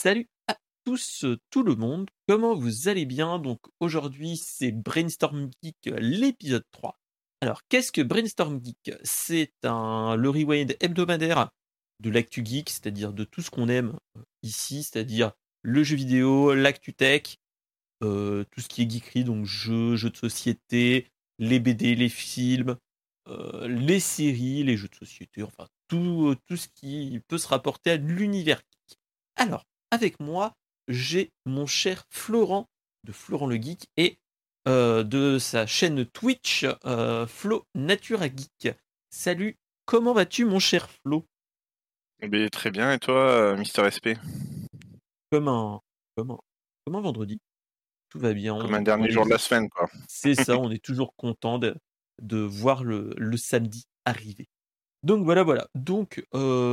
Salut à tous, tout le monde, comment vous allez bien? Donc aujourd'hui, c'est Brainstorm Geek, l'épisode 3. Alors, qu'est-ce que Brainstorm Geek? C'est le rewind hebdomadaire de l'actu geek, c'est-à-dire de tout ce qu'on aime ici, c'est-à-dire le jeu vidéo, l'actu tech, tout ce qui est geekery, donc jeux de société, les BD, les films, les séries, les jeux de société, enfin tout ce qui peut se rapporter à l'univers geek. Alors, avec moi, j'ai mon cher Florent, de Florent le Geek, et de sa chaîne Twitch, Flo Natura Geek. Salut, comment vas-tu mon cher Flo? Eh bien, très bien, et toi, Mister SP? Comme un, comme un, comme un vendredi, tout va bien, Comme un on dernier est jour de la semaine, quoi. C'est ça, on est toujours content de voir le samedi arriver. Donc voilà, voilà. Donc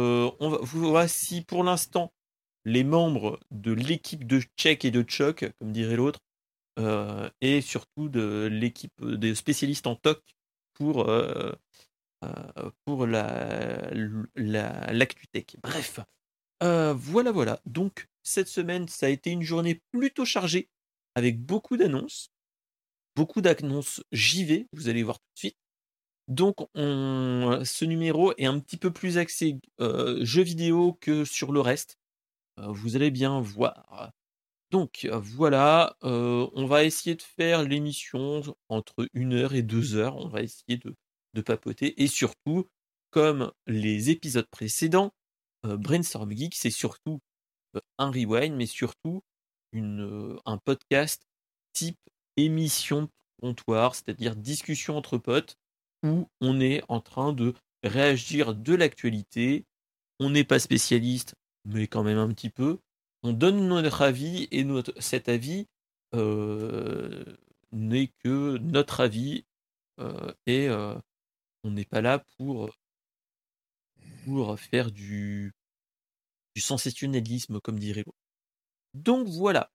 voici pour l'instant les membres de l'équipe de Check et de Choc, comme dirait l'autre, et surtout de l'équipe des spécialistes en TOC pour, pour l'actu tech. Bref, voilà, voilà. Donc cette semaine, ça a été une journée plutôt chargée, avec beaucoup d'annonces JV, vous allez voir tout de suite. Donc ce numéro est un petit peu plus axé, jeux vidéo que sur le reste, vous allez bien voir. Donc voilà, on va essayer de faire l'émission entre 1 heure et 2 heures. On va essayer de papoter et surtout, comme les épisodes précédents, Brainstorm Geek, c'est surtout, un rewind, mais surtout un podcast type émission de comptoir, c'est-à-dire discussion entre potes, où on est en train de réagir de l'actualité. On n'est pas spécialiste, mais quand même un petit peu. On donne notre avis et cet avis euh, n'est que notre avis et on n'est pas là pour faire du sensationnalisme, comme dirait l'autre. Donc voilà.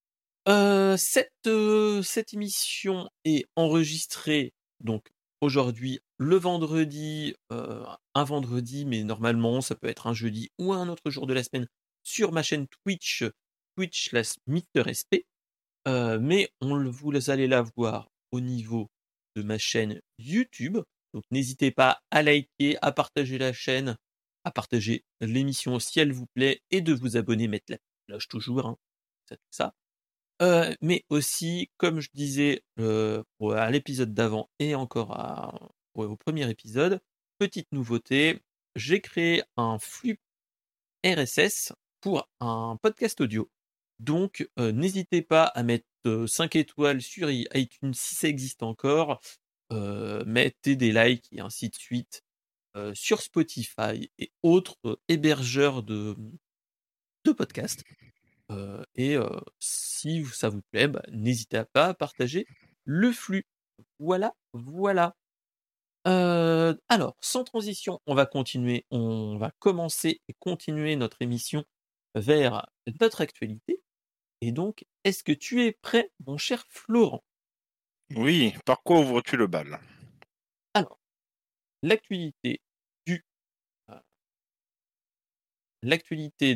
Cette émission est enregistrée donc aujourd'hui le vendredi, un vendredi, mais normalement ça peut être un jeudi ou un autre jour de la semaine sur ma chaîne Twitch, Twitch/MrSP. Mais vous allez la voir au niveau de ma chaîne YouTube. Donc n'hésitez pas à liker, à partager la chaîne, à partager l'émission si elle vous plaît et de vous abonner, mettre la cloche toujours, hein, ça. Mais aussi, comme je disais, à l'épisode d'avant et encore au premier épisode, petite nouveauté, j'ai créé un flux RSS pour un podcast audio. Donc, n'hésitez pas à mettre 5 étoiles sur iTunes si ça existe encore, mettez des likes et ainsi de suite, sur Spotify et autres hébergeurs de podcasts. Et si ça vous plaît, bah, n'hésitez pas à partager le flux. Voilà, voilà. Alors, sans transition, on va commencer et continuer notre émission vers notre actualité. Et donc, est-ce que tu es prêt, mon cher Florent? Oui, par quoi ouvres-tu le bal? Alors, l'actualité du heu, l'actualité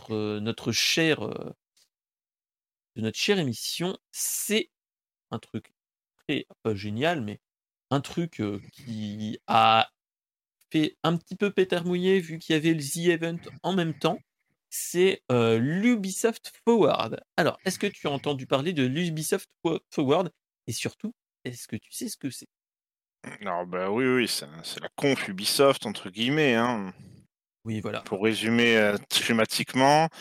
de notre chère émission, c'est un truc très pas génial, mais un truc, qui a fait un petit peu pétard mouillé vu qu'il y avait le The Event en même temps, c'est, l'Ubisoft Forward. Alors, est-ce que tu as entendu parler de l'Ubisoft Forward? Et surtout, est-ce que tu sais ce que c'est? Alors, bah, oui, oui, c'est la conf Ubisoft, entre guillemets, hein. Oui, voilà, Pour résumer, schématiquement,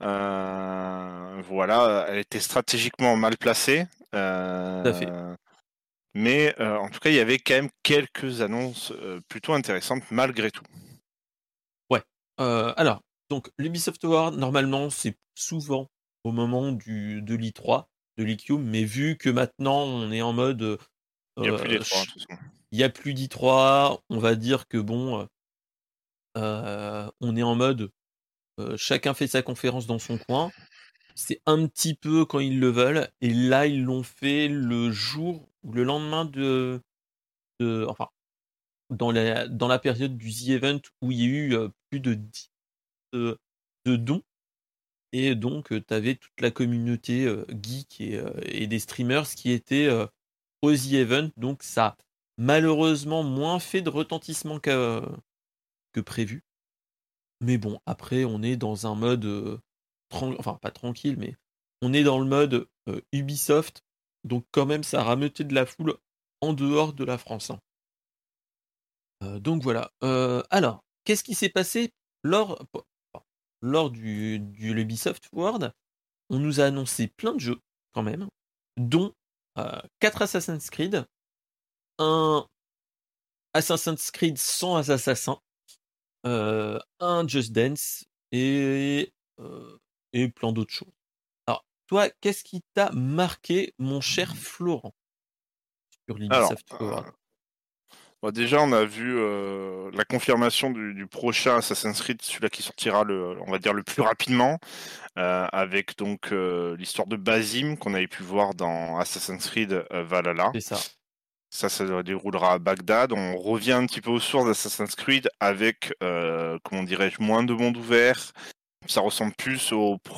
voilà, elle était stratégiquement mal placée, tout à fait. mais en tout cas, il y avait quand même quelques annonces, plutôt intéressantes malgré tout. Ouais, alors, donc l'Ubisoft Forward, normalement, c'est souvent au moment de l'E3, de l'E3, mais vu que maintenant on est en mode, Il y a plus d'étroit, de ch toute façon. il y a plus d'E3, on va dire que bon, on est en mode, chacun fait sa conférence dans son coin. C'est un petit peu quand ils le veulent et là, ils l'ont fait le jour ou le lendemain enfin, dans la période du The Event où il y a eu, plus de 10 de dons. Et donc, tu avais toute la communauté, geek et des streamers qui étaient, aux The Event, donc ça a malheureusement moins fait de retentissement que prévu. Mais bon, après on est dans un mode, enfin pas tranquille, mais on est dans le mode, Ubisoft, donc quand même ça a rameuté de la foule en dehors de la France, hein. Donc voilà, alors qu'est-ce qui s'est passé lors enfin, lors du l'Ubisoft Forward? On nous a annoncé plein de jeux quand même, dont, 4 Assassin's Creed, un Assassin's Creed sans assassin, un Just Dance heu et plein d'autres choses. Alors toi, qu'est-ce qui t'a marqué, mon cher Florent, sur Alors, l'Ubisoft Forward? bah, déjà, on a vu la confirmation du prochain Assassin's Creed, celui-là qui sortira on va dire le plus rapidement, avec donc l'histoire de Basim qu'on avait pu voir dans Assassin's Creed Valhalla. C'est ça. Ça se déroulera à Bagdad. On revient un petit peu aux sources d'Assassin's Creed avec, comment dirais-je, moins de monde ouvert. Ça ressemble plus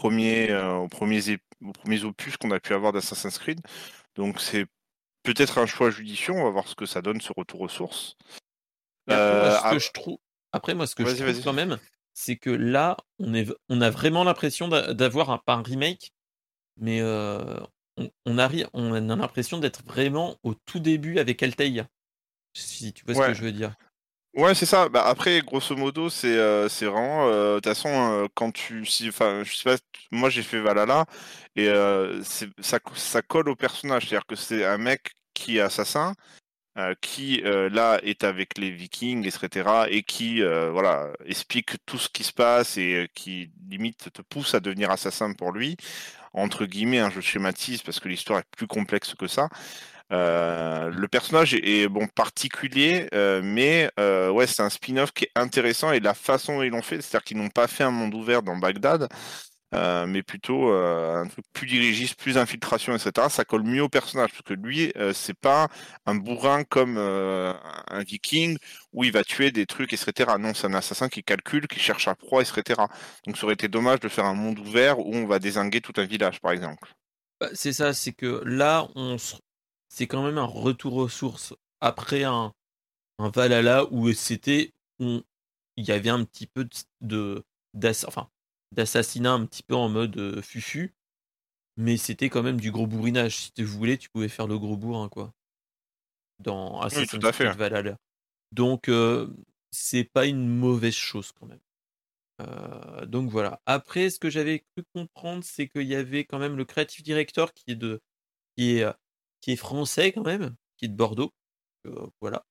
aux premiers opus qu'on a pu avoir d'Assassin's Creed. Donc c'est peut-être un choix judicieux. On va voir ce que ça donne, ce retour aux sources. Et après moi ce Ah, que je trouve vas-y, vas-y. quand même, c'est que là, on a vraiment l'impression d'avoir pas un remake, mais on a l'impression d'être vraiment au tout début avec Altaïr, si tu vois ce que Ouais. je veux dire? Ouais, c'est ça. Bah, après, grosso modo, c'est vraiment, de toute façon, quand enfin, je sais pas, moi j'ai fait Valhalla et ça colle au personnage. C'est-à-dire que c'est un mec qui est assassin, qui là est avec les Vikings, etc., et qui voilà explique tout ce qui se passe et qui limite te pousse à devenir assassin pour lui. Entre guillemets, hein, je schématise parce que l'histoire est plus complexe que ça. Le personnage est bon particulier, mais ouais, c'est un spin-off qui est intéressant et la façon dont ils l'ont fait, c'est-à-dire qu'ils n'ont pas fait un monde ouvert dans Bagdad, mais plutôt un truc plus dirigiste, plus infiltration, etc. Ça colle mieux au personnage parce que lui, c'est pas un bourrin comme un Viking où il va tuer des trucs, etc. Non, c'est un assassin qui calcule, qui cherche sa proie, etc. Donc ça aurait été dommage de faire un monde ouvert où on va dézinguer tout un village, par exemple. Bah, c'est ça, c'est que là, c'est quand même un retour aux sources après un Valhalla où on il y avait un petit peu de enfin, d'assassinat un petit peu en mode, fufu, mais c'était quand même du gros bourrinage. Si tu voulais, tu pouvais faire le gros bourrin, quoi, dans Oui, tout Assassin's à fait. Creed Valhalla. Donc c'est pas une mauvaise chose quand même. Donc voilà. Après, ce que j'avais cru comprendre, c'est qu'il y avait quand même le creative director qui est, heu, qui est français quand même, qui est de Bordeaux, voilà.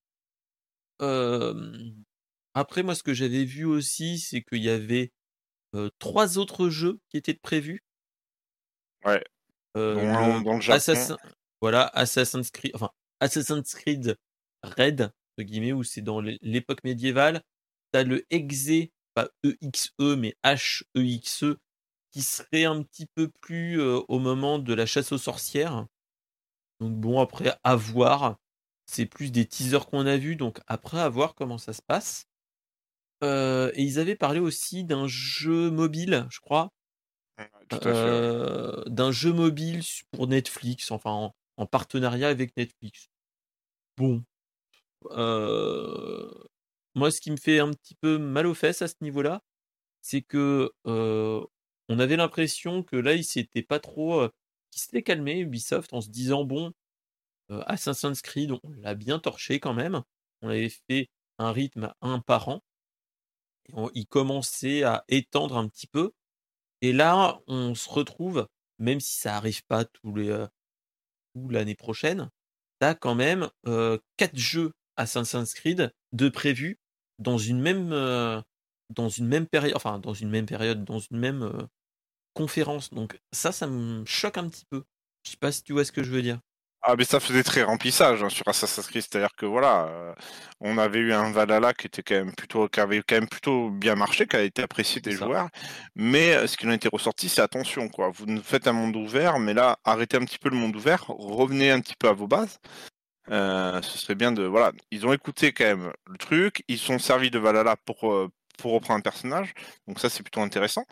Hem, Après moi ce que j'avais vu aussi, c'est qu'il y avait, 3 autres jeux qui étaient prévus. Ouais, dont un Le dans le Japon. Assassin voilà, Assassin's Creed Red, entre guillemets, où c'est dans l'époque médiévale. Tu as le Exe, pas EXE, mais HEXE, qui serait un petit peu plus, au moment de la chasse aux sorcières. Donc bon, après, à voir. C'est plus des teasers qu'on a vus, donc après, à voir comment ça se passe. Et ils avaient parlé aussi d'un jeu mobile, je crois, Ouais, tout à fait, ouais. d'un jeu mobile pour Netflix, enfin en partenariat avec Netflix. Bon, heu, moi, ce qui me fait un petit peu mal aux fesses à ce niveau-là, c'est que, on avait l'impression que là, ils s'étaient pas trop, qu'ils s'étaient calmés Ubisoft en se disant: «Bon, Assassin's Creed, on l'a bien torché quand même. On avait fait un rythme à 1 par an et ils commençaient à étendre un petit peu et là, on se retrouve, même si ça arrive pas tout l'année prochaine, tu as quand même, 4 jeux Assassin's Creed de prévus dans une même, dans une même, conférence. Donc ça me choque un petit peu. Je sais pas si tu vois ce que je veux dire? Ah, mais ça faisait très remplissage, hein, sur Assassin's Creed, c'est-à-dire que voilà, on avait eu un Valhalla qui avait quand même plutôt bien marché, qui a été apprécié C'est des ça. joueurs, mais ce qui en a été ressorti, c'est attention, quoi. Vous nous faites un monde ouvert, mais là, arrêtez un petit peu le monde ouvert, revenez un petit peu à vos bases. Ce serait bien de, voilà, ils ont écouté quand même le truc, ils sont servis de Valhalla pour reprendre un personnage, donc ça c'est plutôt intéressant.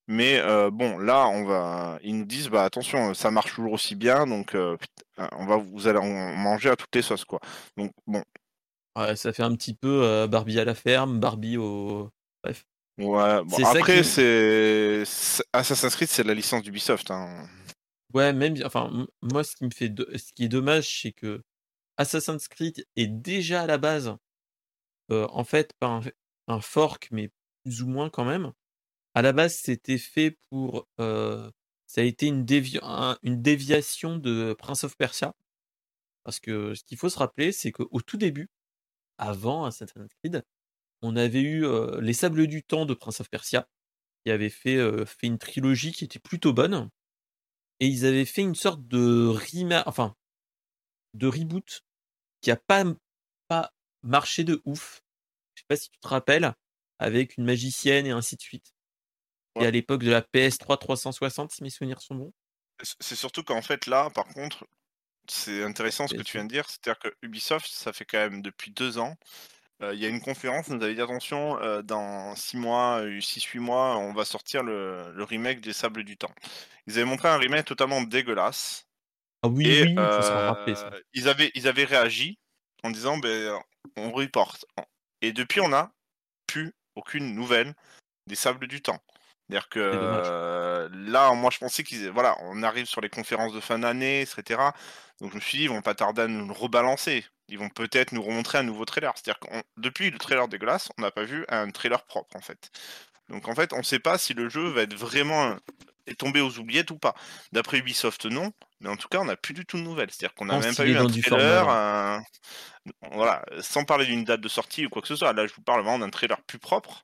Mais bon, là, ils nous disent: «Bah, attention, ça marche toujours aussi bien, donc vous allez en manger à toutes les sauces, quoi». Donc bon, Ouais, ça fait un petit peu, Barbie à la ferme, Barbie au bref. ouais, bon, C'est ça qui après, m Assassin's Creed, c'est la licence d'Ubisoft, hein. ouais, même enfin, moi, ce qui est dommage, c'est que Assassin's Creed est déjà à la base, en fait, pas un fork, mais plus ou moins quand même. À la base, c'était fait pour, ça a été une déviation de Prince of Persia. Parce que ce qu'il faut se rappeler, c'est qu'au tout début, avant Assassin's Creed, on avait eu, Les Sables du Temps de Prince of Persia, qui avait fait une trilogie qui était plutôt bonne et ils avaient fait une sorte de enfin, de reboot qui a pas marché de ouf. Je sais pas si tu te rappelles? Avec une magicienne et ainsi de suite. Et Ouais. à l'époque de la PS3 360 si mes souvenirs sont bons. C'est surtout qu'en fait, là, par contre, c'est intéressant ce que tu PS2. viens de dire. C'est-à-dire que Ubisoft, ça fait quand même depuis 2 ans, il y a une conférence, ils nous avait dit: «Attention, dans 6 mois, 6-8 mois, on va sortir le remake des Sables du Temps». Ils avaient montré un remake totalement dégueulasse Ah oui, et oui, il faut s'en rappeler ça. ils avaient réagi en disant: «Beh, on reporte». Et depuis, on n'a plus aucune nouvelle des Sables du Temps. C'est-à-dire que, C'est dommage. là, moi, je pensais voilà, on arrive sur les conférences de fin d'année et cetera. Donc je me suis dit: «Ils vont pas tarder à nous le rebalancer». Ils vont peut-être nous remontrer un nouveau trailer. C'est-à-dire qu'on depuis le trailer dégueulasse, on n'a pas vu un trailer propre, en fait. Donc en fait, on ne sait pas si le jeu va être vraiment est tombé aux oubliettes ou pas. D'après Ubisoft, non, mais en tout cas, on n'a plus du tout de nouvelles. C'est-à-dire qu'on Je n'a pense même pas qu'il est eu un dans du Formol, trailer, hein. voilà, sans parler d'une date de sortie ou quoi que ce soit. Là, je vous parle vraiment d'un trailer plus propre.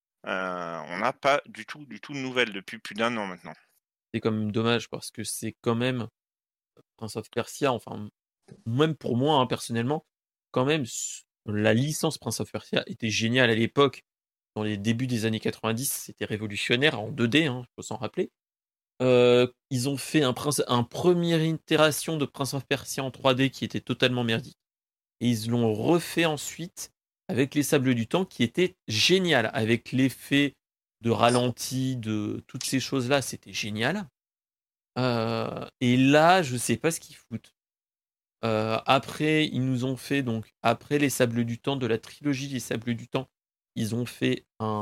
On n'a pas du tout de nouvelles depuis plus d'1 an maintenant. C'est quand même dommage parce que c'est quand même Prince of Persia, enfin, même pour moi, hein, personnellement, quand même, la licence Prince of Persia était géniale à l'époque. Dans les débuts des années 90, c'était révolutionnaire en 2D, hein, faut s'en rappeler. Ils ont fait un première itération de Prince of Persia en 3D qui était totalement merdique. Et ils l'ont refait ensuite avec les Sables du Temps qui était génial, avec l'effet de ralenti, de toutes ces choses-là, c'était génial. Et là, je sais pas ce qu'ils foutent. Après, ils nous ont fait donc après les Sables du Temps, de la trilogie des Sables du Temps, ils ont fait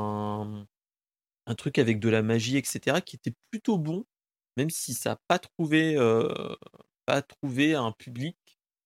un truc avec de la magie et cetera qui était plutôt bon, même si ça a pas trouvé un public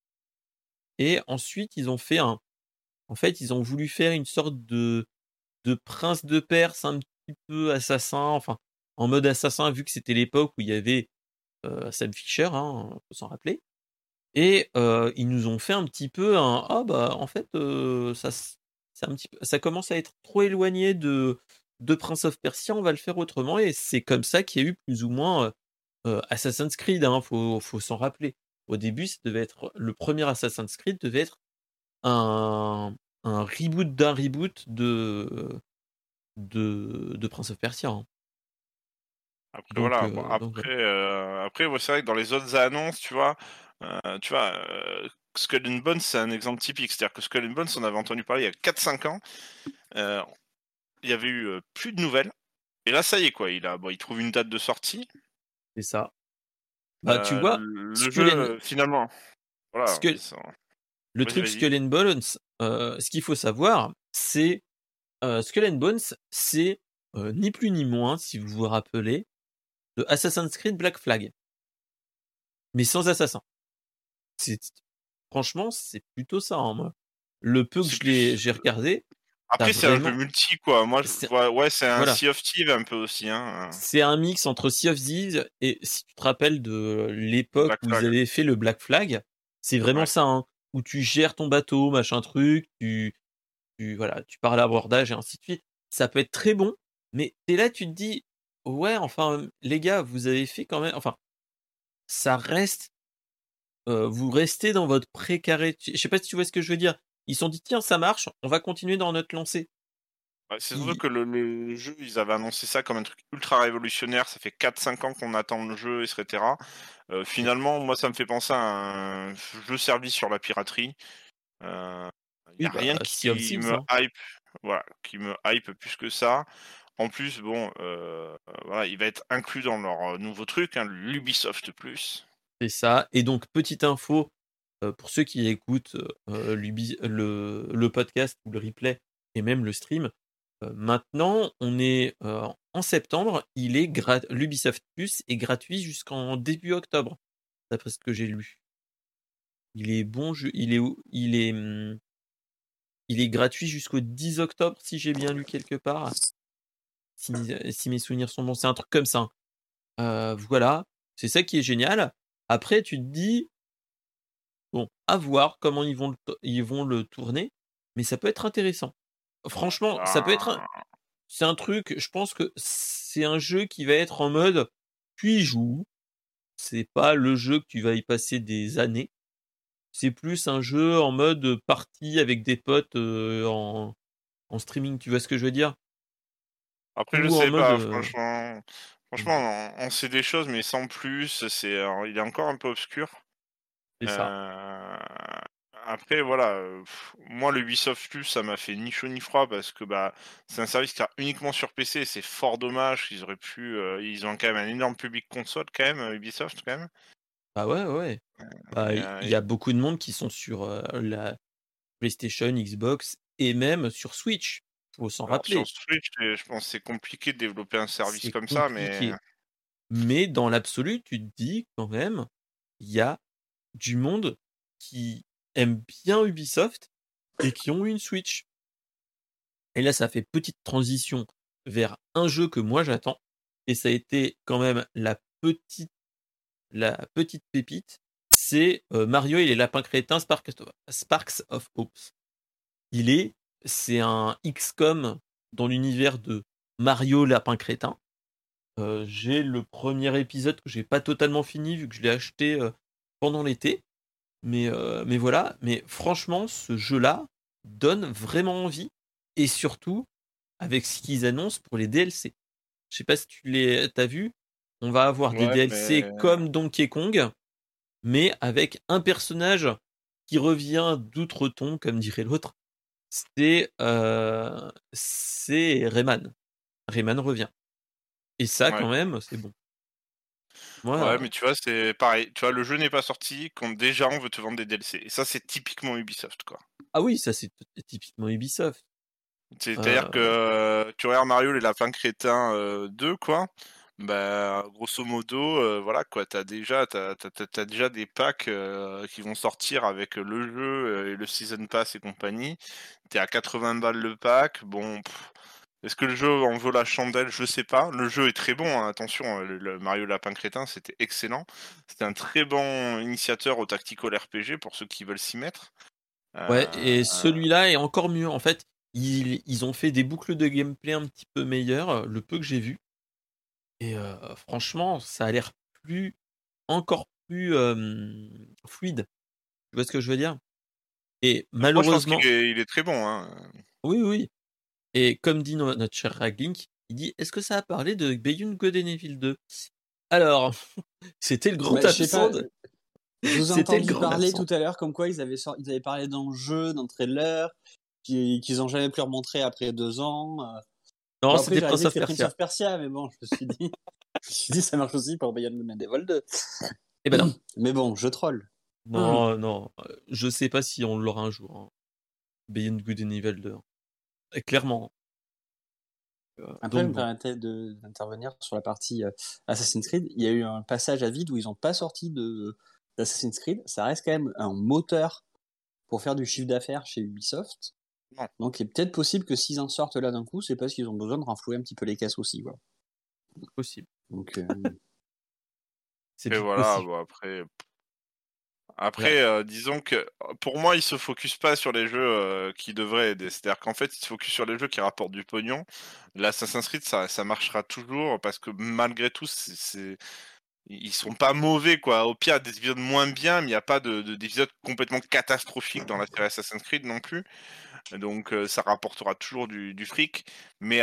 et ensuite ils ont fait un en fait, ils ont voulu faire une sorte de prince de Perse un petit peu assassin, enfin, en mode assassin vu que c'était l'époque où il y avait, Sam Fisher, hein, faut s'en rappeler. Et ils nous ont fait un petit peu un: «Ah bah, en fait, c'est un petit peu ça commence à être trop éloigné de Prince of Persia, on va le faire autrement» et c'est comme ça qu'il y a eu plus ou moins, Assassin's Creed, hein, faut s'en rappeler. Au début, ça devait être le premier Assassin's Creed devait être un un reboot d'un reboot de Prince of Persia, hein. Après voilà, bon Donc voilà. après ouais, c'est vrai que dans les autres annonces, tu vois, Skull and Bones, c'est un exemple typique. C'est-à-dire que Skull and Bones, on avait entendu parler il y a 4-5 ans, heu, il y avait eu, plus de nouvelles et là, ça y est quoi, il trouve une date de sortie, C'est ça. Bah, tu vois, le Skull and jeu, finalement voilà, Skull le vas-y, truc vas-y. Skull and Bones, ce qu'il faut savoir, c'est, Skull and Bones, c'est, ni plus ni moins, si vous vous rappelez, de Assassin's Creed Black Flag, mais sans assassin. C'est franchement, c'est plutôt ça, hein, moi. Le peu que C'est plus j'ai regardé, tu après c'est un jeu vraiment multi quoi. Moi je c'est vois ouais, c'est un voilà, Sea of Thieves un peu aussi, hein, c'est un mix entre Sea of Thieves et si tu te rappelles de l'époque Black où ils Flag. avaient fait le Black Flag, c'est vraiment Ouais. ça, hein, où tu gères ton bateau, machin truc, voilà, tu pars à l'abordage et ainsi de suite. Ça peut être très bon, mais tu es là, tu te dis: «Ouais, enfin, les gars, vous avez fait quand même» enfin, ça reste, vous restez dans votre précaré je sais pas si tu vois ce que je veux dire? Ils se sont dit: «Tiens, ça marche, on va continuer dans notre lancée». Ouais, c'est surtout Ils que le jeu, ils avaient annoncé ça comme un truc ultra révolutionnaire. Ça fait 4-5 ans qu'on attend le jeu et cetera. c'est Finalement, moi, ça me fait penser à un jeu servi sur la piraterie. Il y oui, a rien bah, Sea of qui Thieves, me hein. hype, voilà, qui me hype plus que ça. en plus, bon, voilà, il va être inclus dans leur nouveau truc, hein, l'Ubisoft Plus. C'est ça. Et donc, petite info, pour ceux qui écoutent le podcast ou le replay et même le stream, maintenant, on est en septembre, l'Ubisoft Plus est gratuit jusqu'en début octobre, d'après ce que j'ai lu. Il est bon, il est gratuit jusqu'au 10 octobre, si j'ai bien lu quelque part. Si mes souvenirs sont bons, c'est un truc comme ça. Voilà, c'est ça qui est génial. Après, tu te dis, bon, à voir comment ils vont le tourner, mais ça peut être intéressant. Franchement, ça peut être. Ben, C'est un truc, je pense que c'est un jeu qui va être en mode, tu y joues. C'est pas le jeu que tu vas y passer des années. C'est plus un jeu en mode partie avec des potes en streaming, tu vois ce que je veux dire? après, je Ou en sais mode. pas, franchement, on sait des choses, mais sans plus, il est encore un peu obscur. C'est ça. Heu, après voilà, moi le Ubisoft Plus, ça m'a fait ni chaud ni froid parce que, bah, c'est un service qui a uniquement sur PC et c'est fort dommage. Ils auraient pu, ils ont quand même un énorme public console quand même, Ubisoft quand même. Bah ouais, ouais, ouais. Bah, Et il y a beaucoup de monde qui sont sur la PlayStation, Xbox et même sur Switch. Faut s'en alors sur rappeler. Switch, je pense que c'est compliqué de développer un service C'est comme ça, mais compliqué. Mais dans l'absolu, tu te dis quand même, il y a du monde qui aime bien Ubisoft et qui ont une Switch. Et là, ça fait petite transition vers un jeu que moi j'attends. Et ça a été quand même la petite pépite. C'est Mario et les lapins crétins Sparks of Hope. C'est un XCOM dans l'univers de Mario Lapin Crétin. J'ai le premier épisode que j'ai pas totalement fini vu que je l'ai acheté pendant l'été. Mais voilà, mais franchement, ce jeu-là donne vraiment envie. Et surtout, avec ce qu'ils annoncent pour les DLC. Je sais pas si t'as vu, on va avoir des ouais, DLC mais comme Donkey Kong, mais avec un personnage qui revient d'outre-tombe, comme dirait l'autre. C'est Rayman. Rayman revient. Et ça, ouais. quand même, c'est bon. Ouais, Moi, mais tu vois, c'est pareil. Tu vois, le jeu n'est pas sorti quand déjà on veut te vendre des DLC et ça, c'est typiquement Ubisoft, quoi. ah oui, ça c'est typiquement Ubisoft. C'est-à-dire que, Euh, tu regardes Mario les lapins crétins, 2 quoi, bah, grosso modo, voilà quoi, t'as déjà des packs, qui vont sortir avec le jeu, et le season pass et compagnie. T'es à 80 balles le pack, bon, est-ce que le jeu en vaut la chandelle? Je sais pas. Le jeu est très bon, hein, attention, le Mario lapin crétin, c'était excellent. C'était un très bon initiateur au tactical RPG pour ceux qui veulent s'y mettre. ouais, Heu et celui-là est encore mieux. En fait, ils ont fait des boucles de gameplay un petit peu meilleures, le peu que j'ai vu. Et franchement, ça a l'air encore plus fluide. Tu vois ce que je veux dire? Et Moi, je pense qu'il malheureusement, est il est très bon, hein. oui, oui. Et comme dit notre cher Raglink, il dit: «Est-ce que ça a parlé de Beyond Good and Evil 2?» Alors, c'était le grand Bah, je sais absent pas, de je vous ai c'était le entendu grand parler tout absent. à l'heure comme quoi ils avaient parlé d'un jeu, d'un trailer, qu'ils ont jamais pu remontrer après 2 ans. Non, Bon, après, c'était j'ai réalisé Prince que of c'était Prince Persia. of Persia, mais bon, je me suis dit, ça marche aussi pour Beyond Good and Evil 2. Eh ben non. Mais bon, je troll. Non, non, je sais pas si on l'aura un jour, hein, Beyond Good and Evil 2, hein. Clairement. Après, je Donc me bon, permettais d'intervenir sur la partie Assassin's Creed. Il y a eu un passage à vide où ils n'ont pas sorti d'Assassin's Creed. Ça reste quand même un moteur pour faire du chiffre d'affaires chez Ubisoft. Non. Donc, il est peut-être possible que s'ils en sortent là d'un coup, c'est parce qu'ils ont besoin de renflouer un petit peu les caisses aussi, quoi. possible. Donc, C'est Et vite voilà, possible. bon Là, après, disons que pour moi, ils se focus pas sur les jeux, qui devraient aider. C'est-à-dire qu'en fait, ils se focus sur les jeux qui rapportent du pognon. L'Assassin's Creed, ça marchera toujours parce que malgré tout, ils sont pas mauvais, quoi. Au pire, des épisodes moins bien, mais il y a pas d'épisodes complètement catastrophiques dans la série Assassin's Creed non plus. Donc ça rapportera toujours du fric. Mais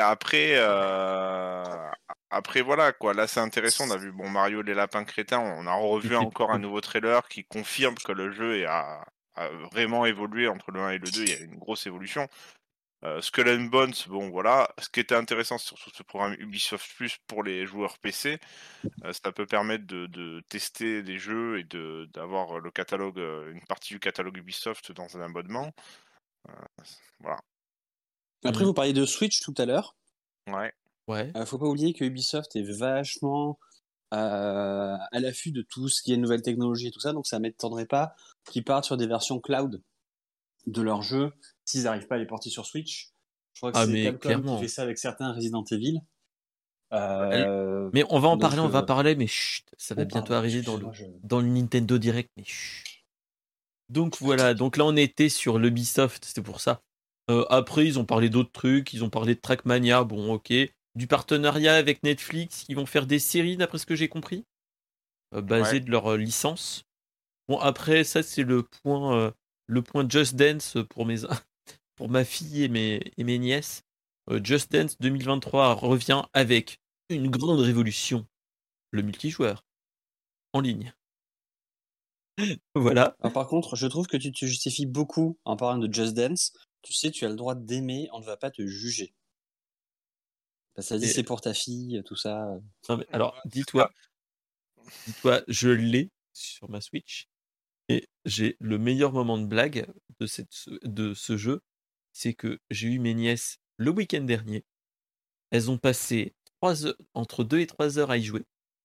après voilà quoi, là c'est intéressant, on a vu bon Mario les lapins crétins, on a revu c'était encore un plutôt nouveau trailer qui confirme que le jeu a vraiment évolué entre le 1 et le 2, il y a une grosse évolution. Skull and Bones, bon voilà. Ce qui était intéressant, c'est surtout ce programme Ubisoft Plus pour les joueurs PC. Ça peut permettre de tester des jeux et d'avoir le catalogue, une partie du catalogue Ubisoft dans un abonnement. Voilà. Après, Mmh. vous parliez de Switch tout à l'heure. Ouais. Ouais. Faut pas oublier que Ubisoft est vachement à l'affût de tout ce qui est nouvelle technologie et tout ça, donc ça m'étonnerait pas qu'ils partent sur des versions cloud de leurs jeux s'ils n'arrivent pas à les porter sur Switch. Je crois que Ah c'est mais Capcom qui clairement. fait ça avec certains Resident Evil. L Euh, mais on va en parler, donc, on va parler, mais chut, ça va oh bientôt pardon, arriver excusez-moi, dans le Nintendo Direct, mais chut. Donc voilà, donc là on était sur l'Ubisoft, c'était pour ça. Après ils ont parlé d'autres trucs, ils ont parlé de Trackmania, bon OK. Du partenariat avec Netflix, ils vont faire des séries d'après ce que j'ai compris, Ouais. basées de leur licence. Bon après ça c'est le point Just Dance pour pour ma fille et mes nièces. Just Dance 2023 revient avec une grande révolution, le multijoueur en ligne. Voilà. Alors, par contre, je trouve que tu te justifies beaucoup en parlant de Just Dance. Tu sais, tu as le droit d'aimer, on ne va pas te juger. Parce que ça dit Et, c'est pour ta fille, tout ça. non, mais alors, Ah, dis-toi, je l'ai sur ma Switch et j'ai le meilleur moment de blague de ce jeu, c'est que j'ai eu mes nièces le week-end dernier. Elles ont passé entre 2 et 3 heures à y jouer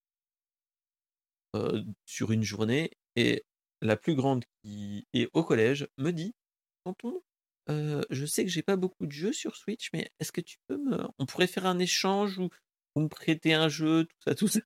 sur une journée et la plus grande qui est au collège me dit: «Tonton, je sais que j'ai pas beaucoup de jeux sur Switch, mais est-ce que on pourrait faire un échange ou me prêter un jeu?» tout ça, tout ça.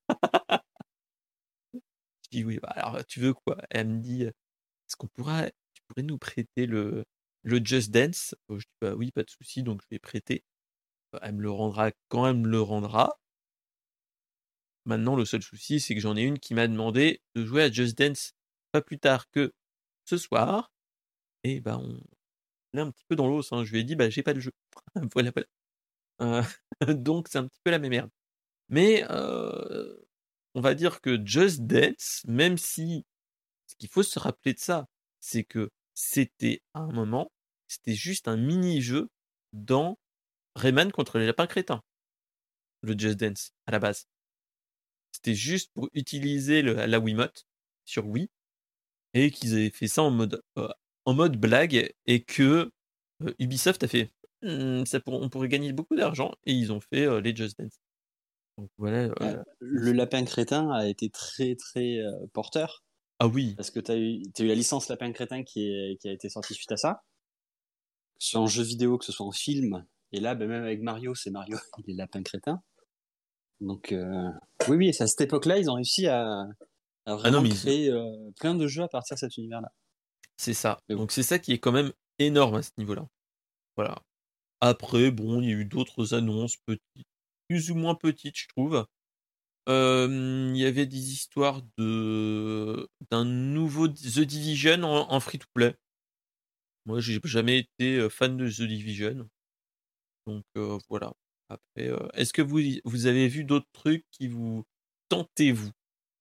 Je dis: «Oui, bah, alors tu veux quoi?» Elle me dit: «Est-ce tu pourrais nous prêter le Just Dance?» Je dis: «Bah oui, pas de souci», donc je vais prêter. Elle me le rendra quand elle me le rendra. Maintenant, le seul souci, c'est que j'en ai une qui m'a demandé de jouer à Just Dance pas plus tard que ce soir et bah, on est un petit peu dans l'os, hein. Je lui ai dit: «Bah, j'ai pas le jeu». Voilà, voilà. Donc c'est un petit peu la même merde. Mais on va dire que Just Dance, même si ce qu'il faut se rappeler de ça, c'est que c'était à un moment, c'était juste un mini-jeu dans Rayman contre les lapins crétins, le Just Dance, à la base. C'était juste pour utiliser la Wiimote sur Wii et qu'ils avaient fait ça en mode blague et que Ubisoft a fait on pourrait gagner beaucoup d'argent et ils ont fait les Just Dance. Donc voilà. Le lapin crétin a été très très porteur. Ah oui, Parce que t'as eu la licence Lapin Crétin qui a été sortie suite à ça. Que ce soit en jeu vidéo, que ce soit en film. Et là, ben, même avec Mario, c'est Mario, il est Lapin Crétin. Donc, oui, oui, c'est à cette époque-là, ils ont réussi à ah non vraiment mais créer plein de jeux à partir de cet univers-là. c'est ça. Mais bon. Donc c'est ça qui est quand même énorme à ce niveau-là. Voilà. Après, bon, il y a eu d'autres annonces petites, plus ou moins petites, je trouve. Il y avait des histoires d'un nouveau The Division en free-to-play. Moi, j'ai jamais été fan de The Division, donc voilà. Après, est-ce que vous avez vu d'autres trucs qui vous tentez, vous,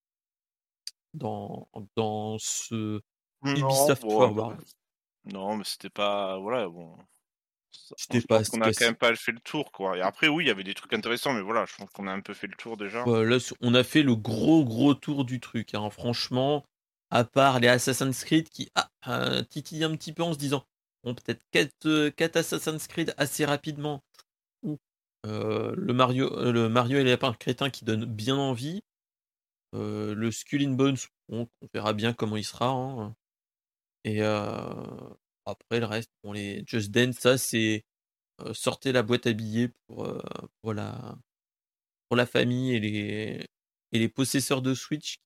dans ce non, Ubisoft bon, Forward? non, mais c'était pas, voilà, bon. C'était Je pas pense ce qu'on a quand cas-ci. même pas fait le tour, quoi. Et après, oui, il y avait des trucs intéressants, mais voilà, je pense qu'on a un peu fait le tour déjà. Là, on a fait le gros tour du truc, hein. Franchement, à part les Assassin's Creed qui titillent un petit peu en se disant bon, peut-être 4 Assassin's Creed assez rapidement, ou le Mario et les lapins crétins qui donne bien envie, le Skull and Bones, bon, on verra bien comment il sera, hein. Et après le reste, bon, les Just Dance, ça c'est sortez la boîte à billets pour la famille et les possesseurs de Switch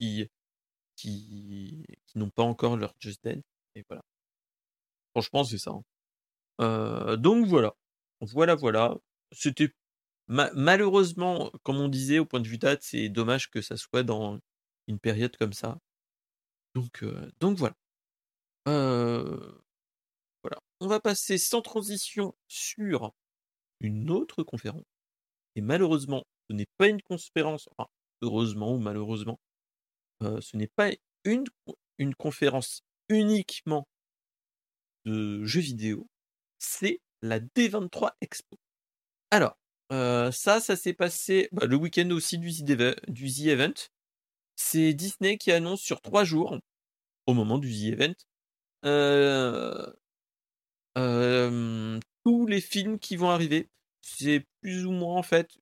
qui n'ont pas encore leur Just Dance et voilà. Franchement, c'est ça, hein. Donc voilà. Voilà. C'était malheureusement, comme on disait, au point de vue date, c'est dommage que ça soit dans une période comme ça. Donc voilà. Heu, voilà. On va passer sans transition sur une autre conférence et malheureusement, ce n'est pas une conférence, enfin, heureusement ou malheureusement, ce n'est pas une conférence uniquement de jeux vidéo, c'est la D23 Expo. Alors, ça s'est passé le week-end aussi du The Event. C'est Disney qui annonce sur 3 jours, au moment du The Event, heu, tous les films qui vont arriver. C'est plus ou moins en fait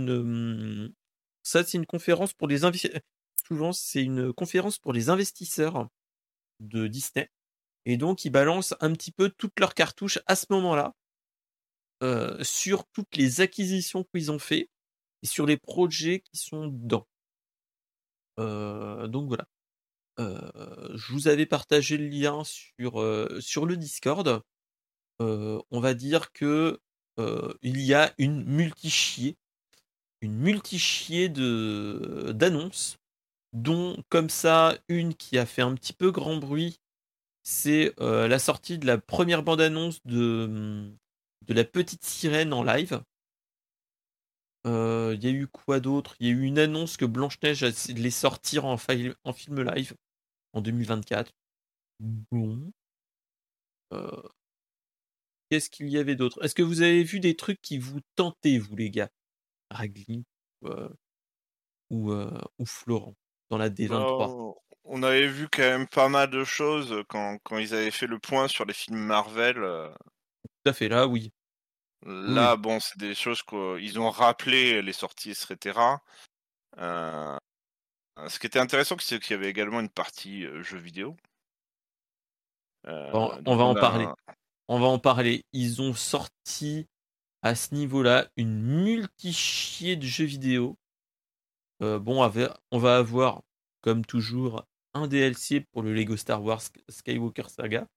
ça c'est une conférence pour les souvent c'est une conférence pour les investisseurs de Disney et donc ils balancent un petit peu toutes leurs cartouches à ce moment-là, sur toutes les acquisitions qu'ils ont fait et sur les projets qui sont dedans. Donc voilà. Je vous avais partagé le lien sur le Discord. On va dire que, il y a une multichier de d'annonces, dont comme ça, une qui a fait un petit peu grand bruit, c'est, la sortie de la première bande annonce de La Petite Sirène en live. Il y a eu quoi d'autre? Il y a eu une annonce que Blanche-Neige allait sortir en film live en 2024. Bon, heu, qu'est-ce qu'il y avait d'autre? Est-ce que vous avez vu des trucs qui vous tentaient, vous les gars? Ragli, heu, ou Florent, dans la D23? Bah, on avait vu quand même pas mal de choses quand ils avaient fait le point sur les films Marvel. Tout à fait, là, oui. Oui, Là, oui. bon, c'est des choses qu'ils ont rappelé les sorties, etc. Euh, Ce qui était intéressant, c'est qu'il y avait également une partie jeux vidéo. Bon, on Donc va en on parler. a, On va en parler. Ils ont sorti, à ce niveau-là, une multichier de jeux vidéo. Bon, on va avoir, comme toujours, un DLC pour le Lego Star Wars Skywalker Saga.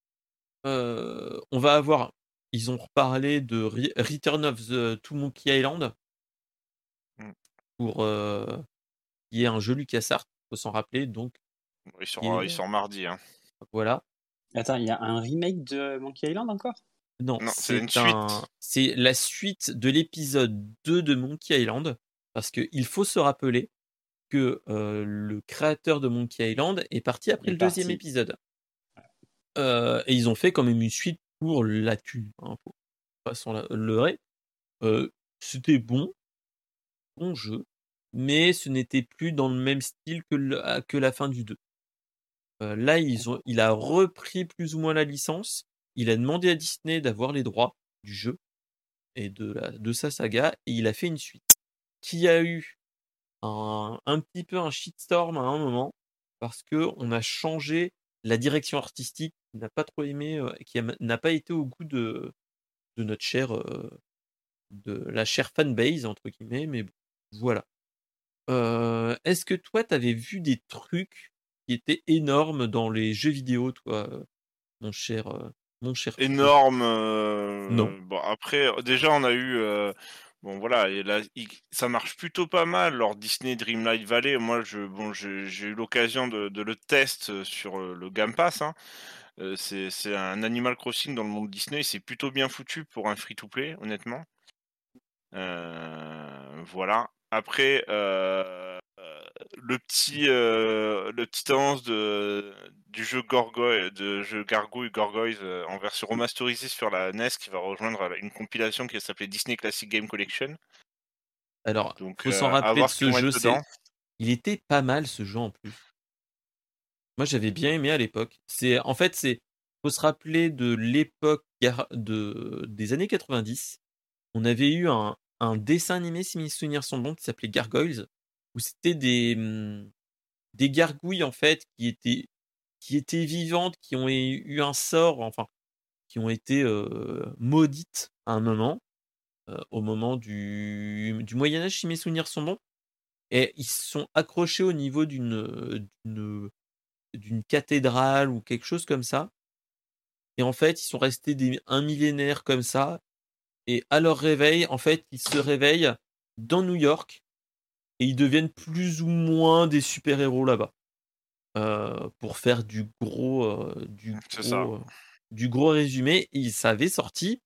On va avoir Ils ont reparlé de Return of the to Monkey Island Hmm. pour, qui est un jeu LucasArts, faut s'en rappeler, donc qui il est, sort mardi, hein. voilà. Attends, il y a un remake de Monkey Island encore? Non, Non, c'est une suite. c'est la suite de l'épisode 2 de Monkey Island, parce qu'il faut se rappeler que, le créateur de Monkey Island est parti Il après est le deuxième parti. épisode. Et ils ont fait quand même une suite pour la thune, hein, faut pas s'en leurrer. C'était bon jeu, mais ce n'était plus dans le même style que la fin du 2. Là, il a repris plus ou moins la licence. Il a demandé à Disney d'avoir les droits du jeu et de sa saga, et il a fait une suite qui a eu un petit peu un shitstorm à un moment parce que on a changé la direction artistique, qu'il n'a pas trop aimé, n'a pas été au goût de notre de la chère fanbase entre guillemets, mais bon, voilà. Est-ce que toi, tu avais vu des trucs qui étaient énormes dans les jeux vidéo, toi, mon cher Flo? Énorme. Non. Bon, après, déjà, on a eu. Bon, voilà, et là, ça marche plutôt pas mal, leur Disney Dreamlight Valley. Moi, j'ai eu l'occasion de le test sur le Game Pass, hein. C'est un Animal Crossing dans le monde Disney. C'est plutôt bien foutu pour un free-to-play, honnêtement. Voilà. Après, le petit annonce du jeu Gargouille Gorgoise en version remasterisée sur la NES qui va rejoindre une compilation qui va s'appeler Disney Classic Game Collection. Alors, Donc faut s'en à rappeler de voir ce qu'ils ce vont jeu, mettre dedans. il était pas mal ce jeu en plus. Moi, j'avais bien aimé à l'époque. Faut se rappeler de l'époque des années 90. On avait eu un dessin animé, si mes souvenirs sont bons, qui s'appelait Gargoyles, où c'était des gargouilles en fait qui étaient vivantes, qui ont eu un sort, enfin, qui ont été maudites à un moment, au moment du Moyen Âge, si mes souvenirs sont bons, et ils se sont accrochés au niveau d'une cathédrale ou quelque chose comme ça. Et en fait, ils sont restés un millénaire comme ça. Et à leur réveil, en fait, ils se réveillent dans New York et ils deviennent plus ou moins des super-héros là-bas. Pour faire C'est ça. du gros résumé, ça avait sorti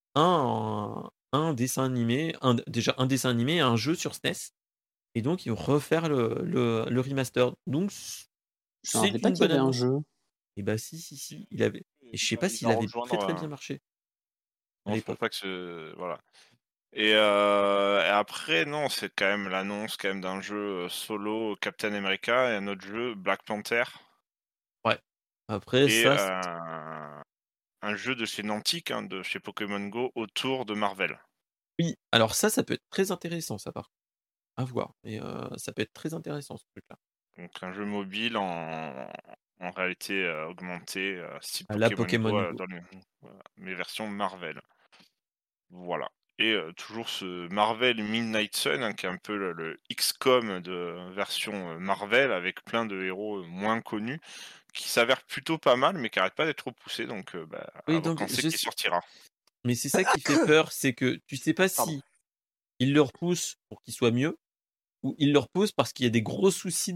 un dessin animé, déjà un dessin animé, un jeu sur SNES. Et donc, ils vont refaire le remaster. Donc, Je me rappelais c'est pas une qu'il y bonne avait un annonce. jeu. Et bah si, il avait. Et je sais pas Il s'il va avait rejoindre. très très bien marché. à Non, je pense l'époque. pas que voilà. Et après, non, c'est quand même l'annonce quand même d'un jeu solo Captain America et un autre jeu Black Panther Ouais. Après et ça, un jeu de chez Niantic, hein, de chez Pokémon Go autour de Marvel. oui, alors ça peut être très intéressant ça par contre, à voir et ça peut être très intéressant ce truc-là. Donc un jeu mobile en réalité augmentée, style À la Pokémon Pokémon Go Go. dans les voilà, mais version Marvel. Voilà. Et toujours ce Marvel Midnight Sun, hein, qui est un peu le XCOM de version Marvel avec plein de héros moins connus qui s'avère plutôt pas mal, mais qui arrête pas d'être repoussé. Donc, à Oui voir donc quand c'est je qu'il sais sortira. mais c'est ça qui fait peur, c'est que tu sais pas Pardon. si ils le repoussent pour qu'il soit mieux ou ils le repoussent parce qu'il y a des gros soucis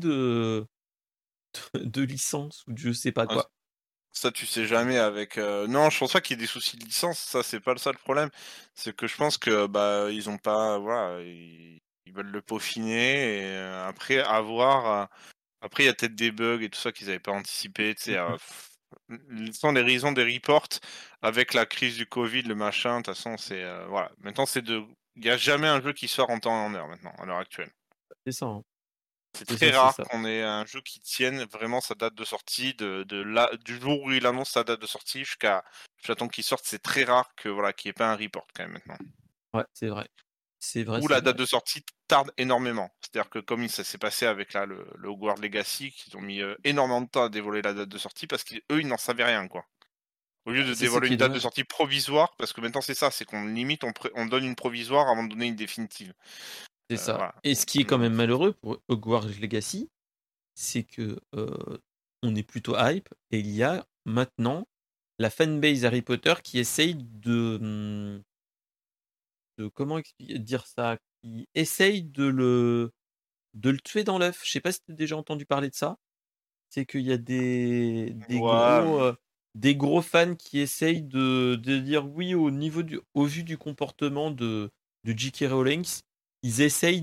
de licence ou de je sais pas Ah, quoi. ça, tu sais jamais avec. Non, je pense pas qu'il y ait des soucis de licence. Ça, c'est pas ça le problème. C'est que je pense que bah ils ont pas. Voilà, ils veulent le peaufiner et après avoir. Après, il y a peut-être des bugs et tout ça qu'ils avaient pas anticipé. Tu sais, Mmh. sans les raisons des reports avec la crise du Covid, le machin. De toute façon, c'est voilà. Maintenant, c'est de. Il y a jamais un jeu qui sort en temps et en heure maintenant à l'heure actuelle. C'est ça, hein. C'est C'est très ça, c'est rare ça. qu'on ait un jeu qui tienne vraiment sa date de sortie du jour où il annonce sa date de sortie jusqu'à temps qu'il sorte. C'est très rare que voilà qu'il n'y ait pas un report quand même maintenant. Ouais, c'est vrai. C'est vrai, Ou c'est la date vrai. de sortie tarde énormément. C'est-à-dire que comme ça s'est passé avec là le Hogwarts Legacy, qu'ils ont mis énormément de temps à dévoiler la date de sortie parce qu'eux ils n'en savaient rien quoi. Au lieu de C'est ça dévoiler qui une est date de dommage. sortie provisoire, parce que maintenant c'est ça, c'est qu'on limite on donne une provisoire avant de donner une définitive. C'est ça. Voilà. Et ce qui est quand même malheureux pour Hogwarts Legacy, c'est que, on est plutôt hype et il y a maintenant la fanbase Harry Potter qui essaye de comment dire ça? Qui essaye de le tuer dans l'œuf. Je sais pas si tu as déjà entendu parler de ça? C'est qu'il y a Ouais, des gros fans qui essayent de dire oui au vu du comportement de J.K. Rowling, ils essayent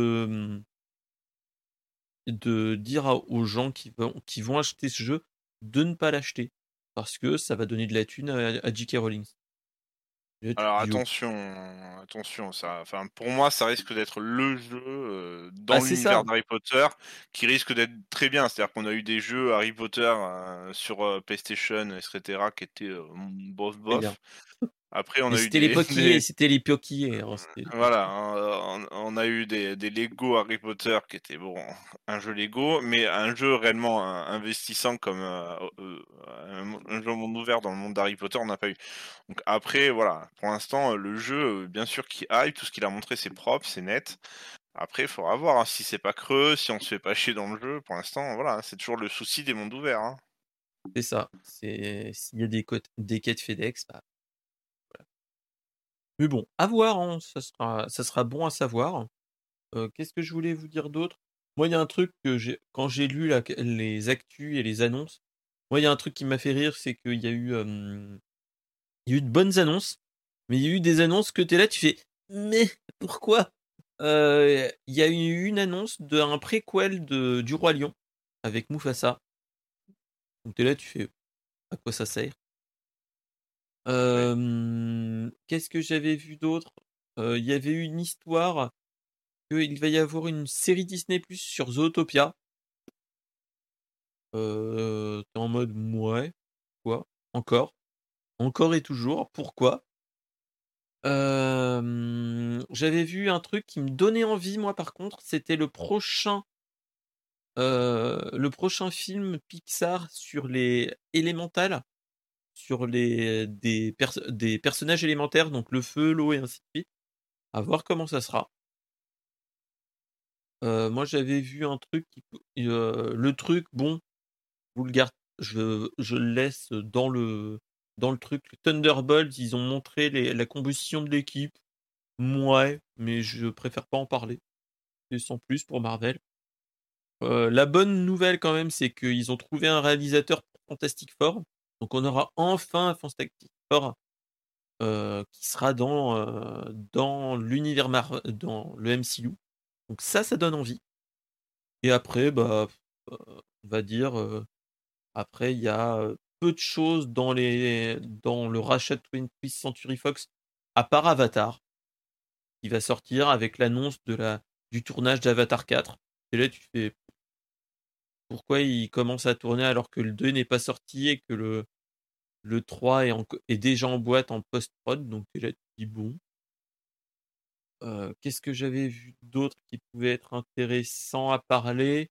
de dire aux gens qui vont acheter ce jeu de ne pas l'acheter. Parce que ça va donner de la thune à J.K. Rowling. Et là, tu alors te dis, oh, attention, ça, enfin pour moi ça risque d'être le jeu bah dans c'est ça, l'univers d'Harry Potter qui risque d'être très bien. C'est-à-dire qu'on a eu des jeux Harry Potter sur PlayStation, etc. qui étaient bof très bien. bof. Après on Mais a eu c'était les poquillés, c'était les pioquillés, hein, c'était les voilà, poquillés. on a eu des Lego Harry Potter qui étaient bon, un jeu Lego, mais un jeu réellement investissant comme un jeu monde ouvert dans le monde d'Harry Potter, on n'a pas eu. Donc après, voilà, pour l'instant, le jeu, bien sûr qui hype, tout ce qu'il a montré, c'est propre, c'est net. Après, il faudra voir hein, si c'est pas creux, si on se fait pas chier dans le jeu. Pour l'instant, voilà, c'est toujours le souci des mondes ouverts. Hein. C'est ça. C'est s'il y a des quêtes FedEx, bah, voilà. Mais bon, à voir, hein, ça sera bon à savoir. Qu'est-ce que je voulais vous dire d'autre? Moi, il y a un truc que quand j'ai lu là, les actus et les annonces, moi, il y a un truc qui m'a fait rire, c'est qu'il y a eu, il y a eu de bonnes annonces, mais il y a eu des annonces que tu es là, tu fais: «Mais pourquoi?» Il y a eu une annonce d'un préquel du Roi Lion avec Mufasa. Donc tu es là, tu fais: «À quoi ça sert?» Oui. Qu'est-ce que j'avais vu d'autre? Il y avait eu une histoire qu'il va y avoir une série Disney+ sur Zootopia. Tu en mode: «Mouais, quoi? Encore? Encore et toujours, pourquoi?» J'avais vu un truc qui me donnait envie moi par contre, c'était le prochain film Pixar sur les élémentales, sur des personnages élémentaires, donc le feu, l'eau et ainsi de suite. À voir comment ça sera. Moi j'avais vu un truc le truc bon, vous le gardez, je le laisse dans le truc. Thunderbolts, ils ont montré la composition de l'équipe. Mouais, mais je préfère pas en parler. Et sans plus pour Marvel. La bonne nouvelle quand même, c'est qu'ils ont trouvé un réalisateur pour Fantastic Four. Donc on aura enfin un Fantastic Four, qui sera dans l'univers dans le MCU. Donc ça donne envie. Et après, bah, on va dire, après il y a, peu de choses dans le rachat de 20th Century Fox, à part Avatar, qui va sortir avec l'annonce du tournage d'Avatar 4. Et là, tu fais pourquoi il commence à tourner alors que le 2 n'est pas sorti et que le 3 est déjà en boîte en post-prod. Donc là, tu te dis bon. Qu'est-ce que j'avais vu d'autre qui pouvait être intéressant à parler?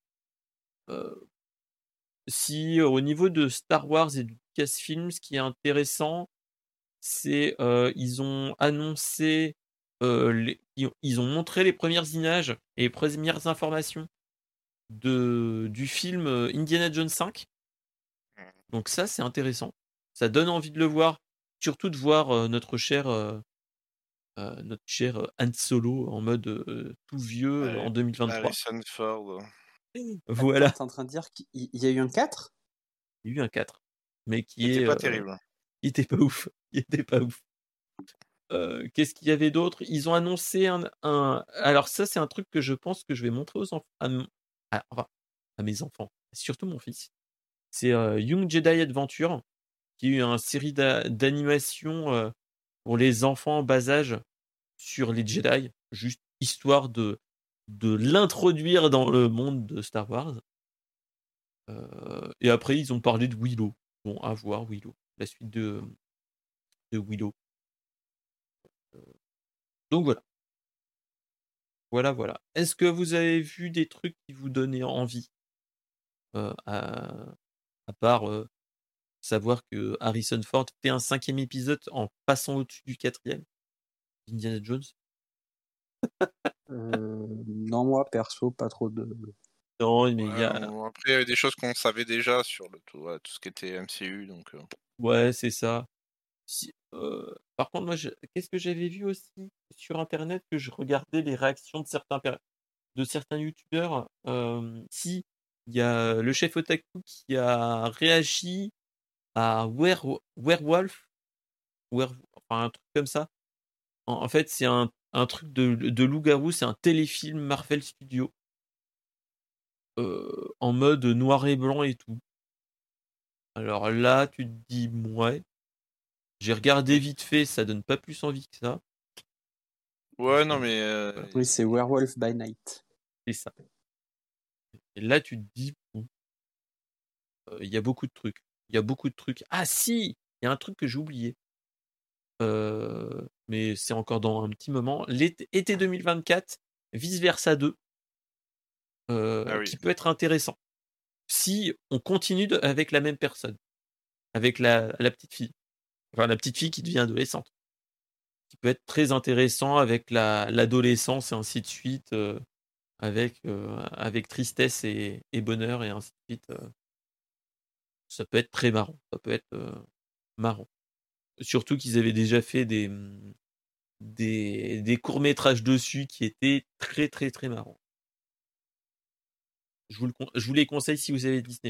Si au niveau de Star Wars et du Lucasfilm, ce qui est intéressant, c'est ils ont annoncé, ils ont montré les premières images et les premières informations du film Indiana Jones 5. Donc ça, c'est intéressant. Ça donne envie de le voir, surtout de voir notre cher Han Solo en mode tout vieux en 2023. Harrison Ford. Voilà. Attends, t'es en train de dire qu'il y a eu un 4? Il y a eu un 4, mais Qui était pas terrible. qui était pas ouf. Il était pas ouf. Qu'est-ce qu'il y avait d'autre? Ils ont annoncé alors ça, c'est un truc que je pense que je vais montrer aux enfants, enfin, à mes enfants, surtout mon fils. C'est Young Jedi Adventure, qui est une série d'animation pour les enfants en bas âge sur les Jedi, juste histoire de l'introduire dans le monde de Star Wars. Et après, ils ont parlé de Willow. Bon, à voir Willow, la suite de Willow. Donc voilà. Est-ce que vous avez vu des trucs qui vous donnaient envie, à part savoir que Harrison Ford fait un 5e épisode en passant au-dessus du 4e Indiana Jones? Non, moi, perso, pas trop de... Non, mais il y a... Après, il y avait des choses qu'on savait déjà sur tout ce qui était MCU, donc... Ouais, c'est ça. Par contre, moi, qu'est-ce que j'avais vu aussi sur Internet, que je regardais les réactions de certains youtubeurs. Si, il y a le chef Otaku qui a réagi à Werewolf, enfin un truc comme ça. En fait, c'est un truc de loup-garou, c'est un téléfilm Marvel Studios, en mode noir et blanc et tout. Alors là, tu te dis, ouais, j'ai regardé vite fait, ça donne pas plus envie que ça. Ouais, non, mais... Oui, c'est Werewolf by Night. C'est ça. Et là, tu te dis, bon, il y a beaucoup de trucs. Ah si, il y a un truc que j'ai oublié. Mais c'est encore dans un petit moment. Été 2024, Vice Versa 2, Ah oui. qui peut être intéressant si on continue avec la même personne, avec la petite fille, enfin la petite fille qui devient adolescente, qui peut être très intéressant avec l'adolescence et ainsi de suite, avec tristesse et bonheur et ainsi de suite. Ça peut être très marrant. Ça peut être marrant. Surtout qu'ils avaient déjà fait des courts-métrages dessus qui étaient très très très marrants. Je vous les conseille si vous avez Disney+.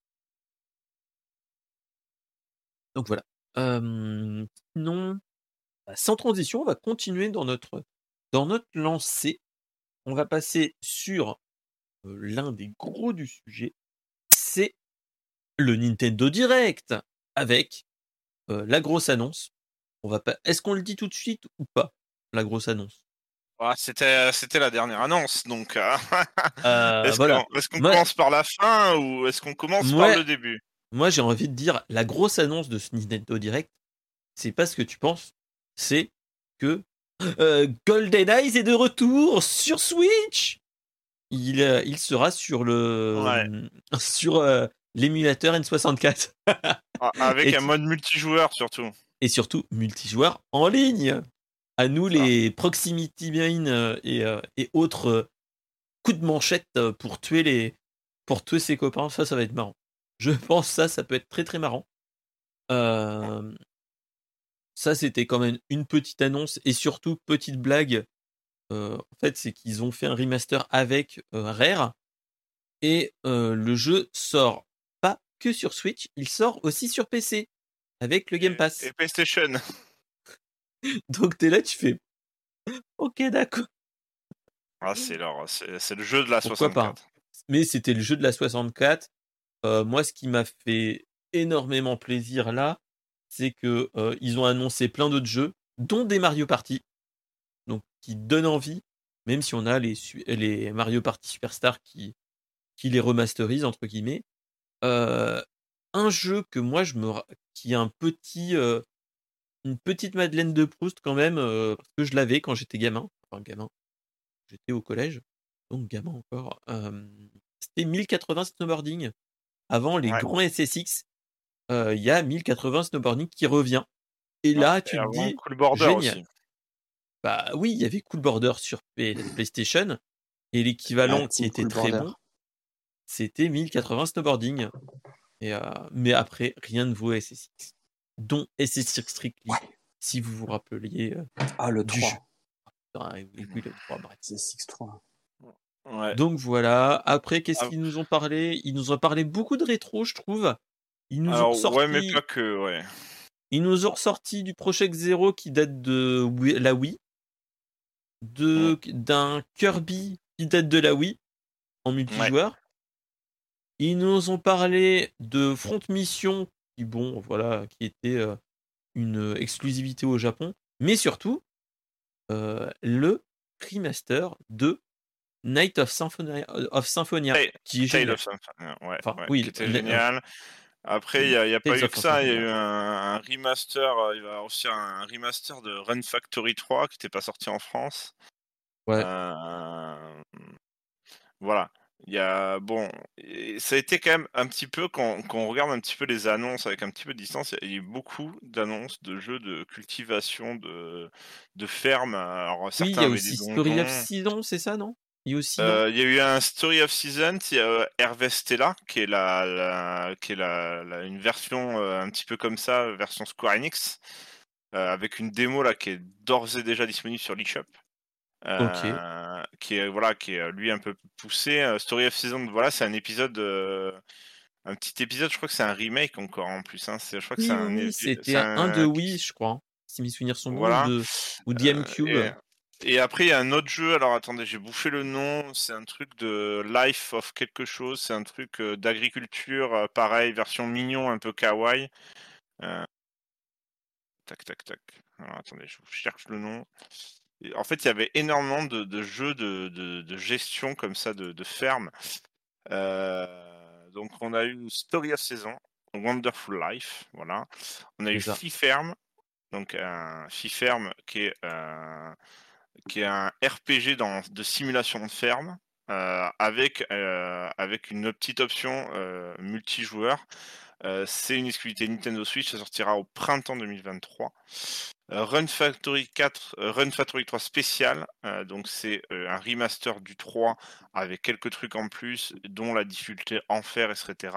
Donc voilà. Sinon, sans transition, on va continuer dans notre lancée. On va passer sur l'un des gros du sujet. C'est le Nintendo Direct, avec la grosse annonce. Est-ce qu'on le dit tout de suite ou pas, la grosse annonce? C'était la dernière annonce, donc Voilà. est-ce qu'on commence par la fin ou est-ce qu'on commence par le début? Moi, j'ai envie de dire, la grosse annonce de ce Nintendo Direct, c'est pas ce que tu penses, c'est que GoldenEye est de retour sur Switch. Il sera sur sur l'émulateur N64. Avec un mode multijoueur surtout. Et surtout multijoueur en ligne. À nous les proximity mine et autres coups de manchette pour tuer ses copains. Ça va être marrant. Je pense ça peut être très très marrant. Ça, c'était quand même une petite annonce et surtout petite blague. En fait, c'est qu'ils ont fait un remaster avec Rare et le jeu sort pas que sur Switch, il sort aussi sur PC avec le Game Pass et PlayStation. Donc t'es là, tu fais ok, d'accord. C'est le jeu de la Pourquoi 64. pas. Mais c'était le jeu de la 64. Moi, ce qui m'a fait énormément plaisir là, c'est que ils ont annoncé plein d'autres jeux, dont des Mario Party, donc qui donnent envie, même si on a les Mario Party Superstar qui les remasterisent entre guillemets. Un jeu que moi qui a une petite Madeleine de Proust quand même, parce que je l'avais quand j'étais gamin, enfin gamin, j'étais au collège, donc gamin encore. C'était 1080 Snowboarding. Avant les Ouais. grands SSX, il y a 1080 Snowboarding qui revient. Et Ouais. là, Et tu te avant dis, Cool Border génial. aussi. Bah oui, il y avait Cool Border sur PlayStation, et l'équivalent qui Team était Cool très Border. bon, c'était 1080 Snowboarding. Mais après, rien ne vaut SSX, dont SSX Strictly, si vous vous rappeliez Le du 3. jeu. Oui, le 3, bref. C'est 6-3. Ouais. Donc voilà. Après, qu'est-ce Ah, qu'ils nous ont parlé? Ils nous ont parlé beaucoup de rétro, je trouve. Ils nous ont alors, ouais, mais ressorti, pas que, ouais. ils nous ont ressorti du Project Zero qui date de la Wii, d'un Kirby qui date de la Wii en Ouais. multijoueur. Ils nous ont parlé de Front Mission qui, bon, voilà, qui était une exclusivité au Japon, mais surtout le remaster de Night of Symphonia, qui est Tale génial. of Symphonia, ouais, Enfin, ouais, oui, qui était génial. Après, il y a pas Tales eu of que ça, il y a eu Symphonia. un remaster, il va y avoir aussi un remaster de Run Factory 3 qui n'était pas sorti en France. Ouais. Voilà. Il y a bon, ça a été quand même un petit peu quand on regarde un petit peu les annonces avec un petit peu de distance, il y a eu beaucoup d'annonces de jeux de cultivation de fermes. Alors Oui, il certains y a avaient des aussi Story of donjons. Season, c'est ça, non? Il y a aussi, non? Il y a eu un Story of Seasons, il y a Harvestella qui est une version un petit peu comme ça, version Square Enix, avec une démo là qui est d'ores et déjà disponible sur l'eShop. Ok. Qui est lui un peu poussé. Story of Season, voilà, c'est un épisode, un petit épisode. Je crois que c'est un remake encore en plus. Hein. Je crois que Oui, oui, oui, c'est c'était un de un, Wii, je crois, hein, si mes souvenirs sont bons, voilà. ou de GameCube. Et, et après il y a un autre jeu. Alors attendez, j'ai bouffé le nom. C'est un truc de Life of quelque chose. C'est un truc d'agriculture, pareil, version mignon, un peu kawaii. Tac, tac, tac. Alors attendez, je vous cherche le nom. En fait, il y avait énormément de jeux de gestion comme ça, de ferme. Donc, on a eu Story of Season, Wonderful Life, voilà. On a eu C'est ça. Fiferm, donc un Fiferm qui est un RPG de simulation de ferme. Avec une petite option multijoueur. C'est une exclusivité Nintendo Switch, ça sortira au printemps 2023. Run Factory 3 spécial, donc c'est un remaster du 3 avec quelques trucs en plus, dont la difficulté enfer, etc.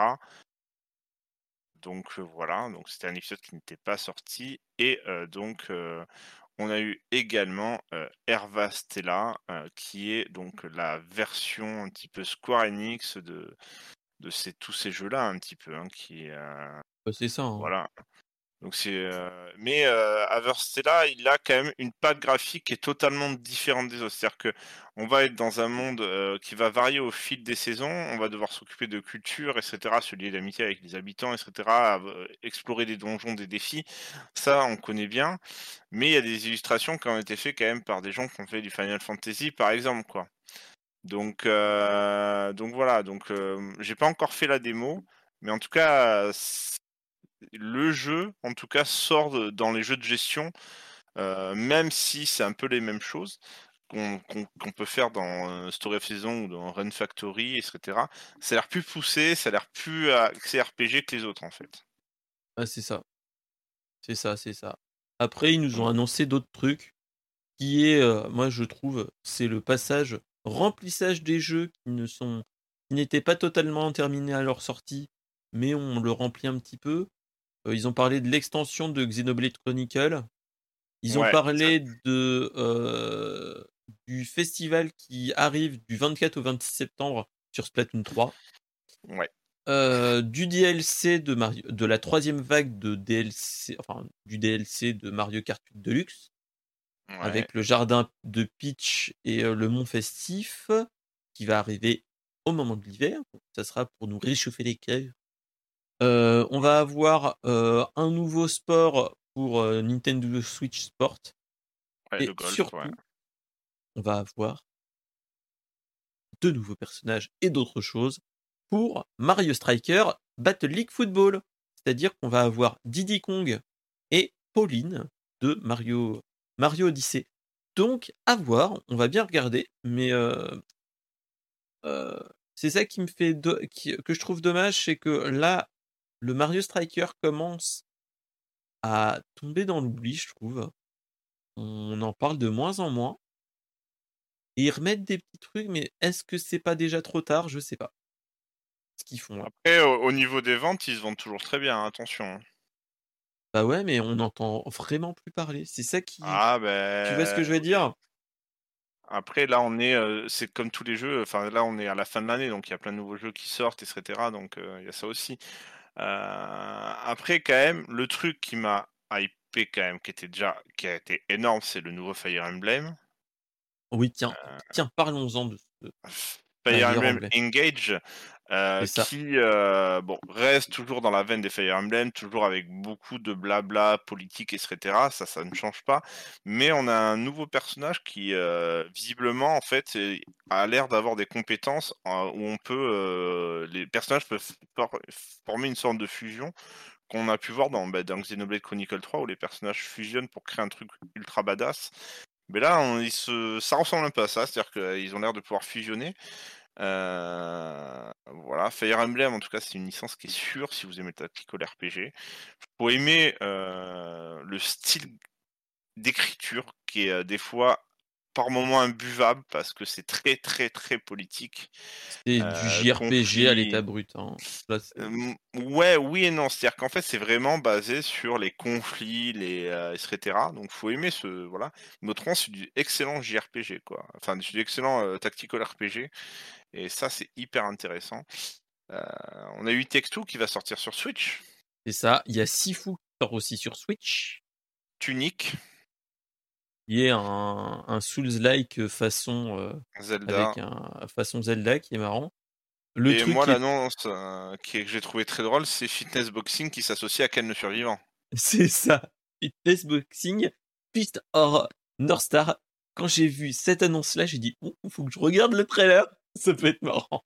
Donc voilà, donc c'était un épisode qui n'était pas sorti. Et donc on a eu également Hervastella, qui est donc la version un petit peu Square Enix de tous ces jeux-là, un petit peu, hein, qui Bah, c'est ça, hein. voilà. Donc mais Averstella, il a quand même une patte graphique qui est totalement différente des autres. C'est-à-dire que on va être dans un monde qui va varier au fil des saisons. On va devoir s'occuper de culture, etc., se lier d'amitié avec les habitants, etc., explorer des donjons, des défis. Ça, on connaît bien. Mais il y a des illustrations qui ont été faites quand même par des gens qui ont fait du Final Fantasy, par exemple, quoi. Donc voilà. Donc j'ai pas encore fait la démo, mais en tout cas, le jeu, en tout cas, sort dans les jeux de gestion, même si c'est un peu les mêmes choses qu'on peut faire dans Story of Season ou dans Run Factory, etc. Ça a l'air plus poussé, ça a l'air plus axé RPG que les autres, en fait. Ah, c'est ça. C'est ça, c'est ça. Après, ils nous ont annoncé d'autres trucs qui est, moi je trouve, c'est le remplissage des jeux qui n'étaient pas totalement terminés à leur sortie, mais on le remplit un petit peu. Ils ont parlé de l'extension de Xenoblade Chronicle. Ils ont Ouais, parlé du festival qui arrive du 24 au 26 septembre sur Splatoon 3. ouais, Du DLC de la troisième vague de DLC, enfin du DLC de Mario Kart 8 Deluxe, ouais. avec le jardin de Peach et le mont festif, qui va arriver au moment de l'hiver. Donc, ça sera pour nous réchauffer les cœurs On va avoir un nouveau sport pour Nintendo Switch Sport. Ouais, Et le golf, ouais. surtout, on va avoir de nouveaux personnages et d'autres choses pour Mario Striker Battle League Football. C'est-à-dire qu'on va avoir Diddy Kong et Pauline de Mario Odyssey. Donc, à voir, on va bien regarder, mais c'est ça qui me fait que je trouve dommage, c'est que là, le Mario Striker commence à tomber dans l'oubli, je trouve. On en parle de moins en moins. Et ils remettent des petits trucs, mais est-ce que c'est pas déjà trop tard? Je sais pas. Ce qu'ils font là. Après, au niveau des ventes, ils se vendent toujours très bien, hein, attention. Hein. Bah ouais, mais on n'entend vraiment plus parler. C'est ça qui. Ah Tu vois ce que je veux oui. dire? Après, là, on est, c'est comme tous les jeux. Enfin, là, on est à la fin de l'année, donc il y a plein de nouveaux jeux qui sortent, etc. Donc, il y a ça aussi. Après, quand même, le truc qui m'a hypé quand même, qui a été énorme, c'est le nouveau Fire Emblem. Oui, tiens, parlons-en de ce Fire Fire Emblem Emblem. Engage, C'est ça. qui bon, reste toujours dans la veine des Fire Emblem, toujours avec beaucoup de blabla politique, etc. Ça ne change pas. Mais on a un nouveau personnage qui, visiblement, en fait, a l'air d'avoir des compétences où on peut, les personnages peuvent former une sorte de fusion qu'on a pu voir dans Xenoblade Chronicle 3 où les personnages fusionnent pour créer un truc ultra badass. Mais là, ça ressemble un peu à ça, c'est-à-dire qu'ils ont l'air de pouvoir fusionner. Voilà, Fire Emblem, en tout cas, c'est une licence qui est sûre si vous aimez le tactical RPG. Faut aimer le style d'écriture qui est des fois par moments imbuvable parce que c'est très très très politique. C'est du JRPG à l'état Conflit. brut. Hein. Là, Ouais, oui et non. C'est-à-dire qu'en fait, c'est vraiment basé sur les conflits, etc. Donc, faut aimer voilà. Mais autrement, c'est du excellent JRPG, quoi. Enfin, du excellent tactical RPG. Et ça, c'est hyper intéressant. On a eu Take-Two qui va sortir sur Switch. c'est ça. Il y a Sifu qui sort aussi sur Switch. Tunic, Il y a un Souls-like façon Zelda. avec un façon Zelda qui est marrant. Le Et truc moi, qui est l'annonce que j'ai trouvé très drôle, c'est Fitness Boxing qui s'associe à Ken le Survivant. c'est ça. Fitness Boxing, Fist or North Star. Quand j'ai vu cette annonce-là, j'ai dit, faut que je regarde le trailer. Ça peut être marrant.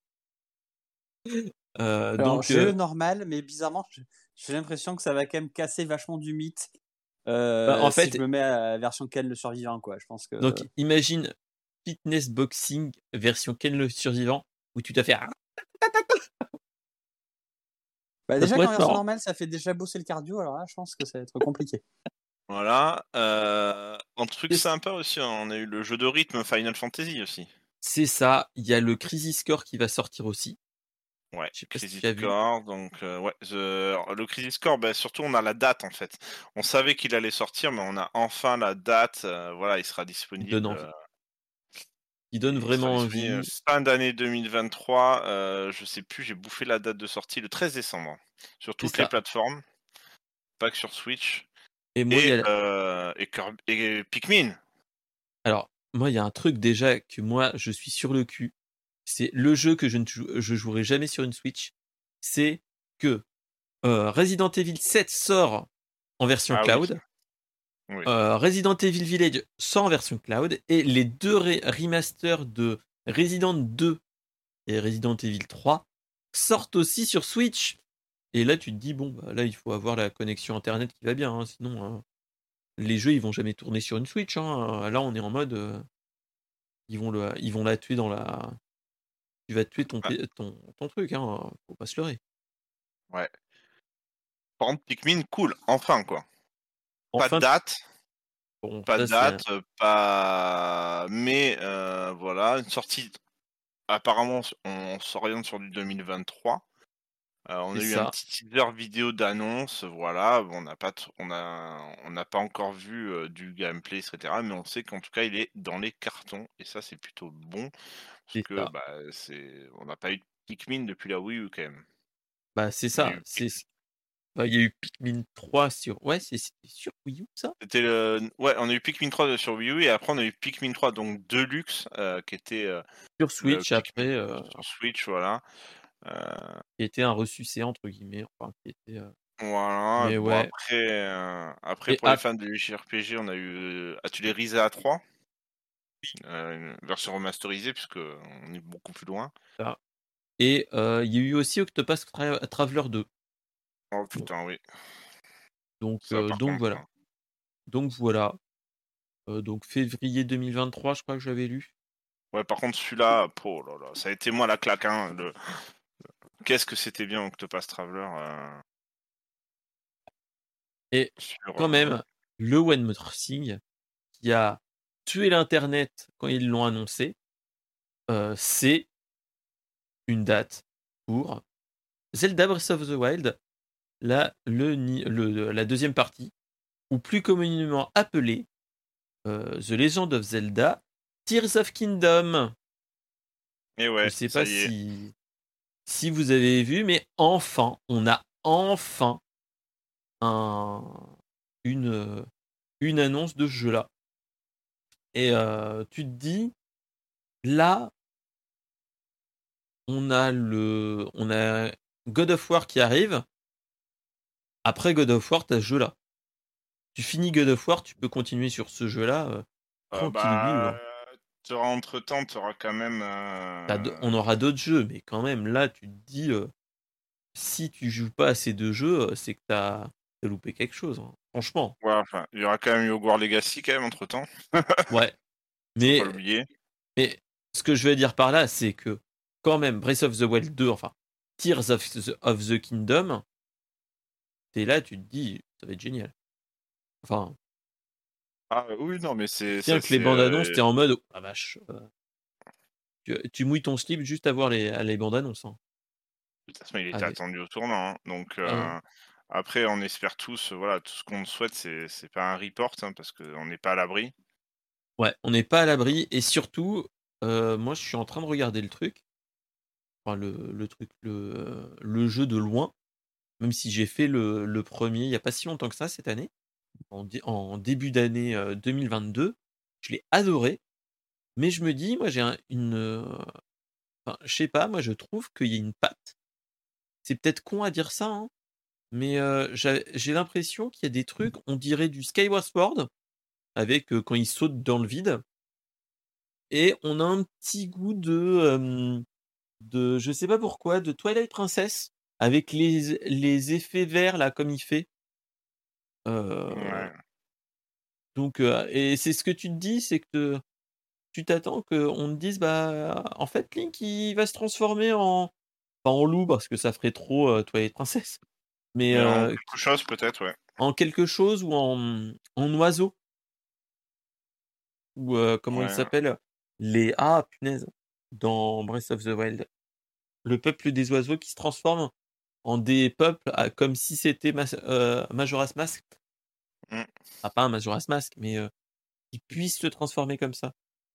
Alors, jeu normal, mais bizarrement, j'ai l'impression que ça va quand même casser vachement du mythe. En Si fait, je me mets à la version Ken le survivant, quoi. Je pense que. donc imagine Fitness Boxing version Ken le survivant où tu dois faire. Bah, Ça déjà pourrait qu'en être version marrant. normale, ça fait déjà bosser le cardio, alors là, je pense que ça va être compliqué. Voilà. En truc C'est sympa aussi, on a eu le jeu de rythme Final Fantasy aussi. c'est ça. Il y a le Crisis Score qui va sortir aussi. Ouais, Je sais pas si Crisis tu as vu. Core, donc ouais, le Crisis Core, surtout on a la date en fait. On savait qu'il allait sortir, mais on a enfin la date. Voilà, il sera Il donne disponible. envie. Il donne vraiment envie. Fin d'année 2023. Je sais plus, j'ai bouffé la date de sortie le 13 décembre sur C'est toutes les ça. plateformes, pas que sur Switch. Et moi, il y Et, a. et Pikmin. Alors, moi, il y a un truc déjà que moi, je suis sur le cul. C'est le jeu que je jouerai jamais sur une Switch. C'est que Resident Evil 7 sort en version Ah oui. cloud. Oui. Resident Evil Village sort en version cloud. Et les deux remasters de Resident 2 et Resident Evil 3 sortent aussi sur Switch. Et là, tu te dis, bon, bah, là, il faut avoir la connexion Internet qui va bien. Hein, sinon, les jeux, ils vont jamais tourner sur une Switch. Hein. Là, on est en mode... ils vont la tuer dans la... Tu vas tuer ton, Ah, ton truc, hein. Faut pas se leurrer. ouais. Par contre, Pikmin, cool, enfin quoi. Pas de Enfin, date, bon, pas de ça c'est... date, pas. Mais voilà, une sortie. Apparemment, on s'oriente sur du 2023. On C'est a eu un ça. petit teaser vidéo d'annonce, voilà. On n'a pas encore vu du gameplay, etc. Mais on sait qu'en tout cas, il est dans les cartons et ça, c'est plutôt bon parce C'est que ça. on n'a pas eu de Pikmin depuis la Wii U quand même. Bah, c'est On a ça. eu Bah, il y a eu Pikmin 3 sur... Ouais, c'était sur Wii U, ça. Ouais, on a eu Pikmin 3 sur Wii U et après on a eu Pikmin 3 donc Deluxe qui était Sur le Switch, Pikmin après... sur Switch, voilà. Qui était un ressucé entre guillemets, enfin qui était. Voilà. Mais Bon ouais. après Et pour les fans de JRPG, on a eu Atelier Ryza 3, une version remasterisée puisque on est beaucoup plus loin. ça. Et il y a eu aussi Octopath Traveler 2. Oh Bon, putain, oui. donc Ça par donc contre, voilà. Donc voilà. Donc février 2023, je crois que j'avais lu. ouais, par contre celui-là, oh là là, ça a été moi la claque, hein, qu'est-ce que c'était bien Octopath Traveler Et sur, quand même, le One More Thing qui a tué l'internet quand ils l'ont annoncé, c'est une date pour Zelda Breath of the Wild, la deuxième partie, ou plus communément appelée The Legend of Zelda Tears of Kingdom. et Je ouais, sais ça pas y est. si vous avez vu, mais enfin, on a enfin un, une annonce de ce jeu-là. Et tu te dis, là, on a God of War qui arrive. Après God of War, t'as ce jeu-là. Tu finis God of War, tu peux continuer sur ce jeu-là tranquille bilou. Bah, entre-temps, tu auras quand même... On aura d'autres jeux, mais quand même, là, tu te dis, si tu joues pas à ces deux jeux, c'est que t'as loupé quelque chose, hein. Franchement. Ouais, enfin, il y aura quand même eu Hogwarts Legacy quand même entre-temps. Ouais. Faut pas Mais, l'oublier. mais ce que je veux dire par là, c'est que quand même, Breath of the Wild 2, enfin, Tears of the Kingdom, t'es là, tu te dis, ça va être génial. Enfin, Ah oui, non, mais tu c'est tiens ça, que les c'est... bandes annonces, t'es en mode, oh, la vache. Tu mouilles ton slip juste à voir les bandes annonces, hein. De toute façon, il était Allez. attendu au tournant, hein. Donc, Ah, après, on espère tous, voilà, tout ce qu'on souhaite, c'est pas un report, hein, parce qu'on n'est pas à l'abri. ouais, on n'est pas à l'abri. Et surtout, moi, je suis en train de regarder le truc. Enfin, le truc, le jeu de loin. Même si j'ai fait le premier il n'y a pas si longtemps que ça, cette année. En début d'année 2022. Je l'ai adoré. Mais je me dis, moi, enfin, je sais pas, moi, je trouve qu'il y a une patte. C'est peut-être con à dire ça, hein, mais j'ai l'impression qu'il y a des trucs, on dirait du Skyward Sword, avec quand il saute dans le vide. Et on a un petit goût de je sais pas pourquoi, de Twilight Princess, avec les effets verts, là, comme il fait. Ouais. Donc, et c'est ce que tu te dis, c'est que tu t'attends qu'on te dise, bah, en fait, Link, il va se transformer pas en loup, parce que ça ferait trop Twilight Princess, mais Mais en quelque chose, peut-être, ouais. en quelque chose ou en oiseau, ou comment il Ouais. s'appelle punaise, dans Breath of the Wild. Le peuple des oiseaux qui se transforme en des peuples comme si c'était Majora's Mask. Mmh. Ah, pas un Majora's Mask, mais qui puisse se transformer comme ça.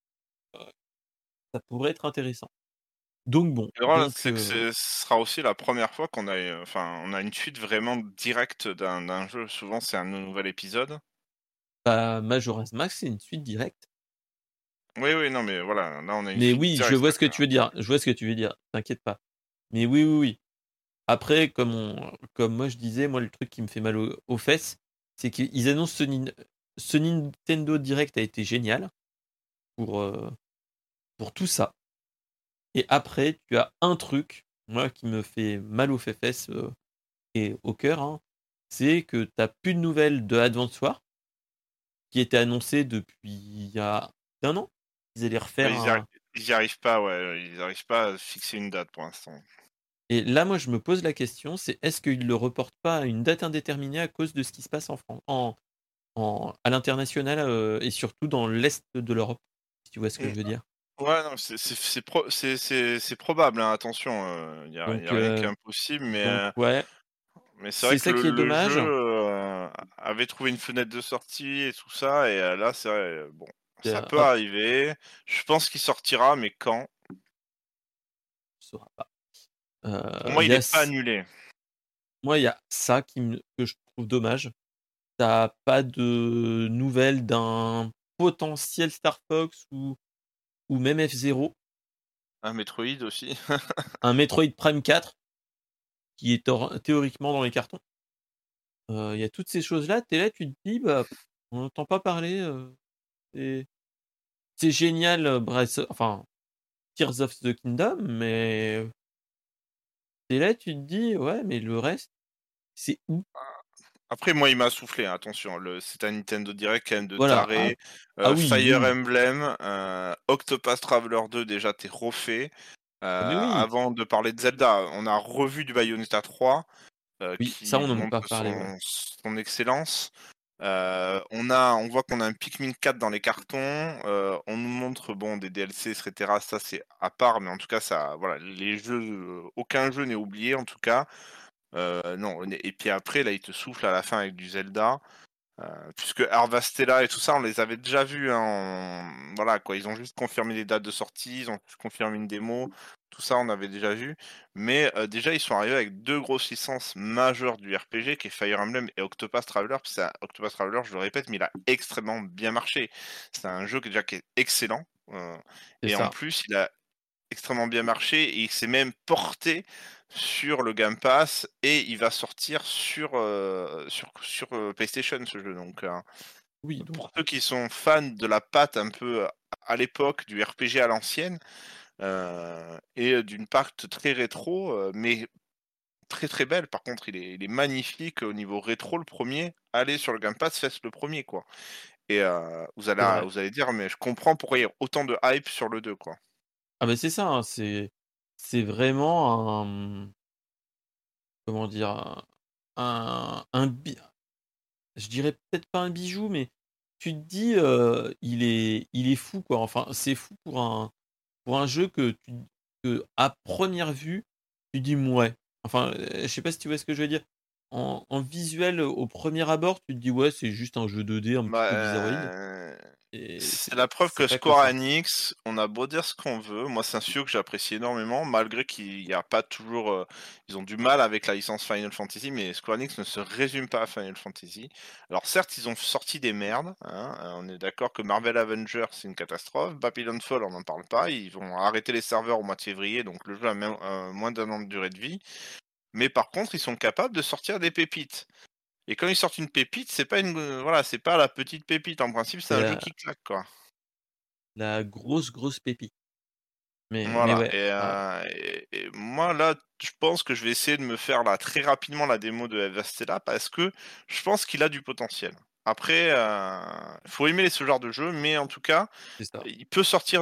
Ça pourrait être intéressant. Donc bon, Le drôle, c'est que ce sera aussi la première fois qu'on a, enfin, on a une suite vraiment directe d'un jeu. Souvent, c'est un nouvel épisode. bah, Majora's Mask, c'est une suite directe. Oui, oui, non, mais voilà, là, on a une Mais suite oui, je directe. vois ce que tu veux dire. Je vois ce que tu veux dire. T'inquiète pas. Mais oui, oui, oui. Après, comme moi je disais, moi le truc qui me fait mal aux fesses, c'est qu'ils annoncent ce Nintendo Direct a été génial pour, euh, pour tout ça. Et après, tu as un truc, moi, qui me fait mal aux fesses et au cœur, hein, c'est que tu n'as plus de nouvelles de Advance Wars, qui était annoncé depuis il y a un an. Ils allaient Bah, refaire un. ils y arrivent pas, ouais. Ils arrivent pas à fixer une date pour l'instant. Et là, moi, je me pose la question, c'est est-ce qu'ils ne le reportent pas à une date indéterminée à cause de ce qui se passe en France, à l'international et surtout dans l'Est de l'Europe, si tu vois ce que Mmh. je veux dire. Ouais, non, c'est probable, hein, attention, y Donc, a rien qui est impossible, ouais, mais c'est vrai c'est que ça qui est le dommage. jeu, avait trouvé une fenêtre de sortie et tout ça et là, c'est vrai, bon, ça peut Hop, arriver. Je pense qu'il sortira, mais quand? je sauras pas. Pour moi, Il il y a est pas annulé. Moi, il y a ça que je trouve dommage. T'as pas de nouvelles d'un potentiel Star Fox ou même F-Zero. Un Metroid aussi. Un Metroid Prime 4 qui est théoriquement dans les cartons. Il y a toutes ces choses-là, tu es là, tu te dis: «Bah, on n'entend pas parler, c'est c'est génial, Tears of the Kingdom», mais tu es là, tu te dis: «Ouais, mais le reste, c'est où?» Après, moi, il m'a soufflé, hein, attention, c'est un Nintendo Direct quand même de Voilà. taré. Ah oui, Fire oui. Emblem, Octopath Traveler 2, déjà, t'es refait. Ah mais oui, Avant de parler de Zelda, on a revu du Bayonetta 3, oui, ça on qui n'en a montre pas parlé, ouais. son excellence. On voit qu'on a un Pikmin 4 dans les cartons. On nous montre bon des DLC, etc. Ça c'est à part, mais en tout cas ça, voilà, les jeux, aucun jeu n'est oublié en tout cas. Non, et puis après là, il te souffle à la fin avec du Zelda. Puisque Harvestella et tout ça, on les avait déjà vus, hein, voilà quoi, ils ont juste confirmé les dates de sortie, ils ont confirmé une démo, tout ça on avait déjà vu. Mais déjà ils sont arrivés avec 2 grosses licences majeures du RPG qui est Fire Emblem et Octopath Traveler. Puis Octopath Traveler, je le répète, mais il a extrêmement bien marché. C'est un jeu qui est excellent, C'est et en ça. plus il a extrêmement bien marché et il s'est même porté sur le Game Pass et il va sortir sur PlayStation ce jeu donc Oui, donc pour ceux qui sont fans de la patte un peu à l'époque du RPG à l'ancienne, et d'une patte très rétro, mais très, très belle. Par contre, il est magnifique au niveau rétro le premier. Allez sur le Game Pass, faites le premier quoi, et vous c'est vrai. allez dire: «Mais je comprends pourquoi il y a autant de hype sur le 2 quoi». Ah bah, c'est ça, hein, c'est vraiment comment dire? Un bi Je dirais peut-être pas un bijou, mais tu te dis, il est fou, quoi. Enfin, c'est fou pour un jeu à première vue, tu dis: «Mouais». Enfin, je sais pas si tu vois ce que je veux dire? En visuel, au premier abord, tu te dis: «Ouais, c'est juste un jeu 2D un petit peu bizarroïde» Bah, et c'est la preuve c'est que pas que Square ça. Enix, on a beau dire ce qu'on veut, moi c'est un studio que j'apprécie énormément, malgré qu'il y a pas toujours, ils ont du mal avec la licence Final Fantasy, mais Square Enix ne se résume pas à Final Fantasy. Alors certes, ils ont sorti des merdes, hein, on est d'accord que Marvel Avengers, c'est une catastrophe, Babylon Fall, on n'en parle pas, ils vont arrêter les serveurs au mois de février, donc le jeu a même, moins d'un an de durée de vie. Mais par contre, ils sont capables de sortir des pépites. Et quand ils sortent une pépite, c'est pas voilà, c'est pas la petite pépite. En principe, c'est C'est un jeu la qui claque, quoi. la grosse, grosse pépite. Mais Voilà, ouais, et moi, là, je pense que je vais essayer de me faire, là, très rapidement la démo de Vastella parce que je pense qu'il a du potentiel. Après, faut aimer ce genre de jeu, mais en tout cas, c'est ça. il peut sortir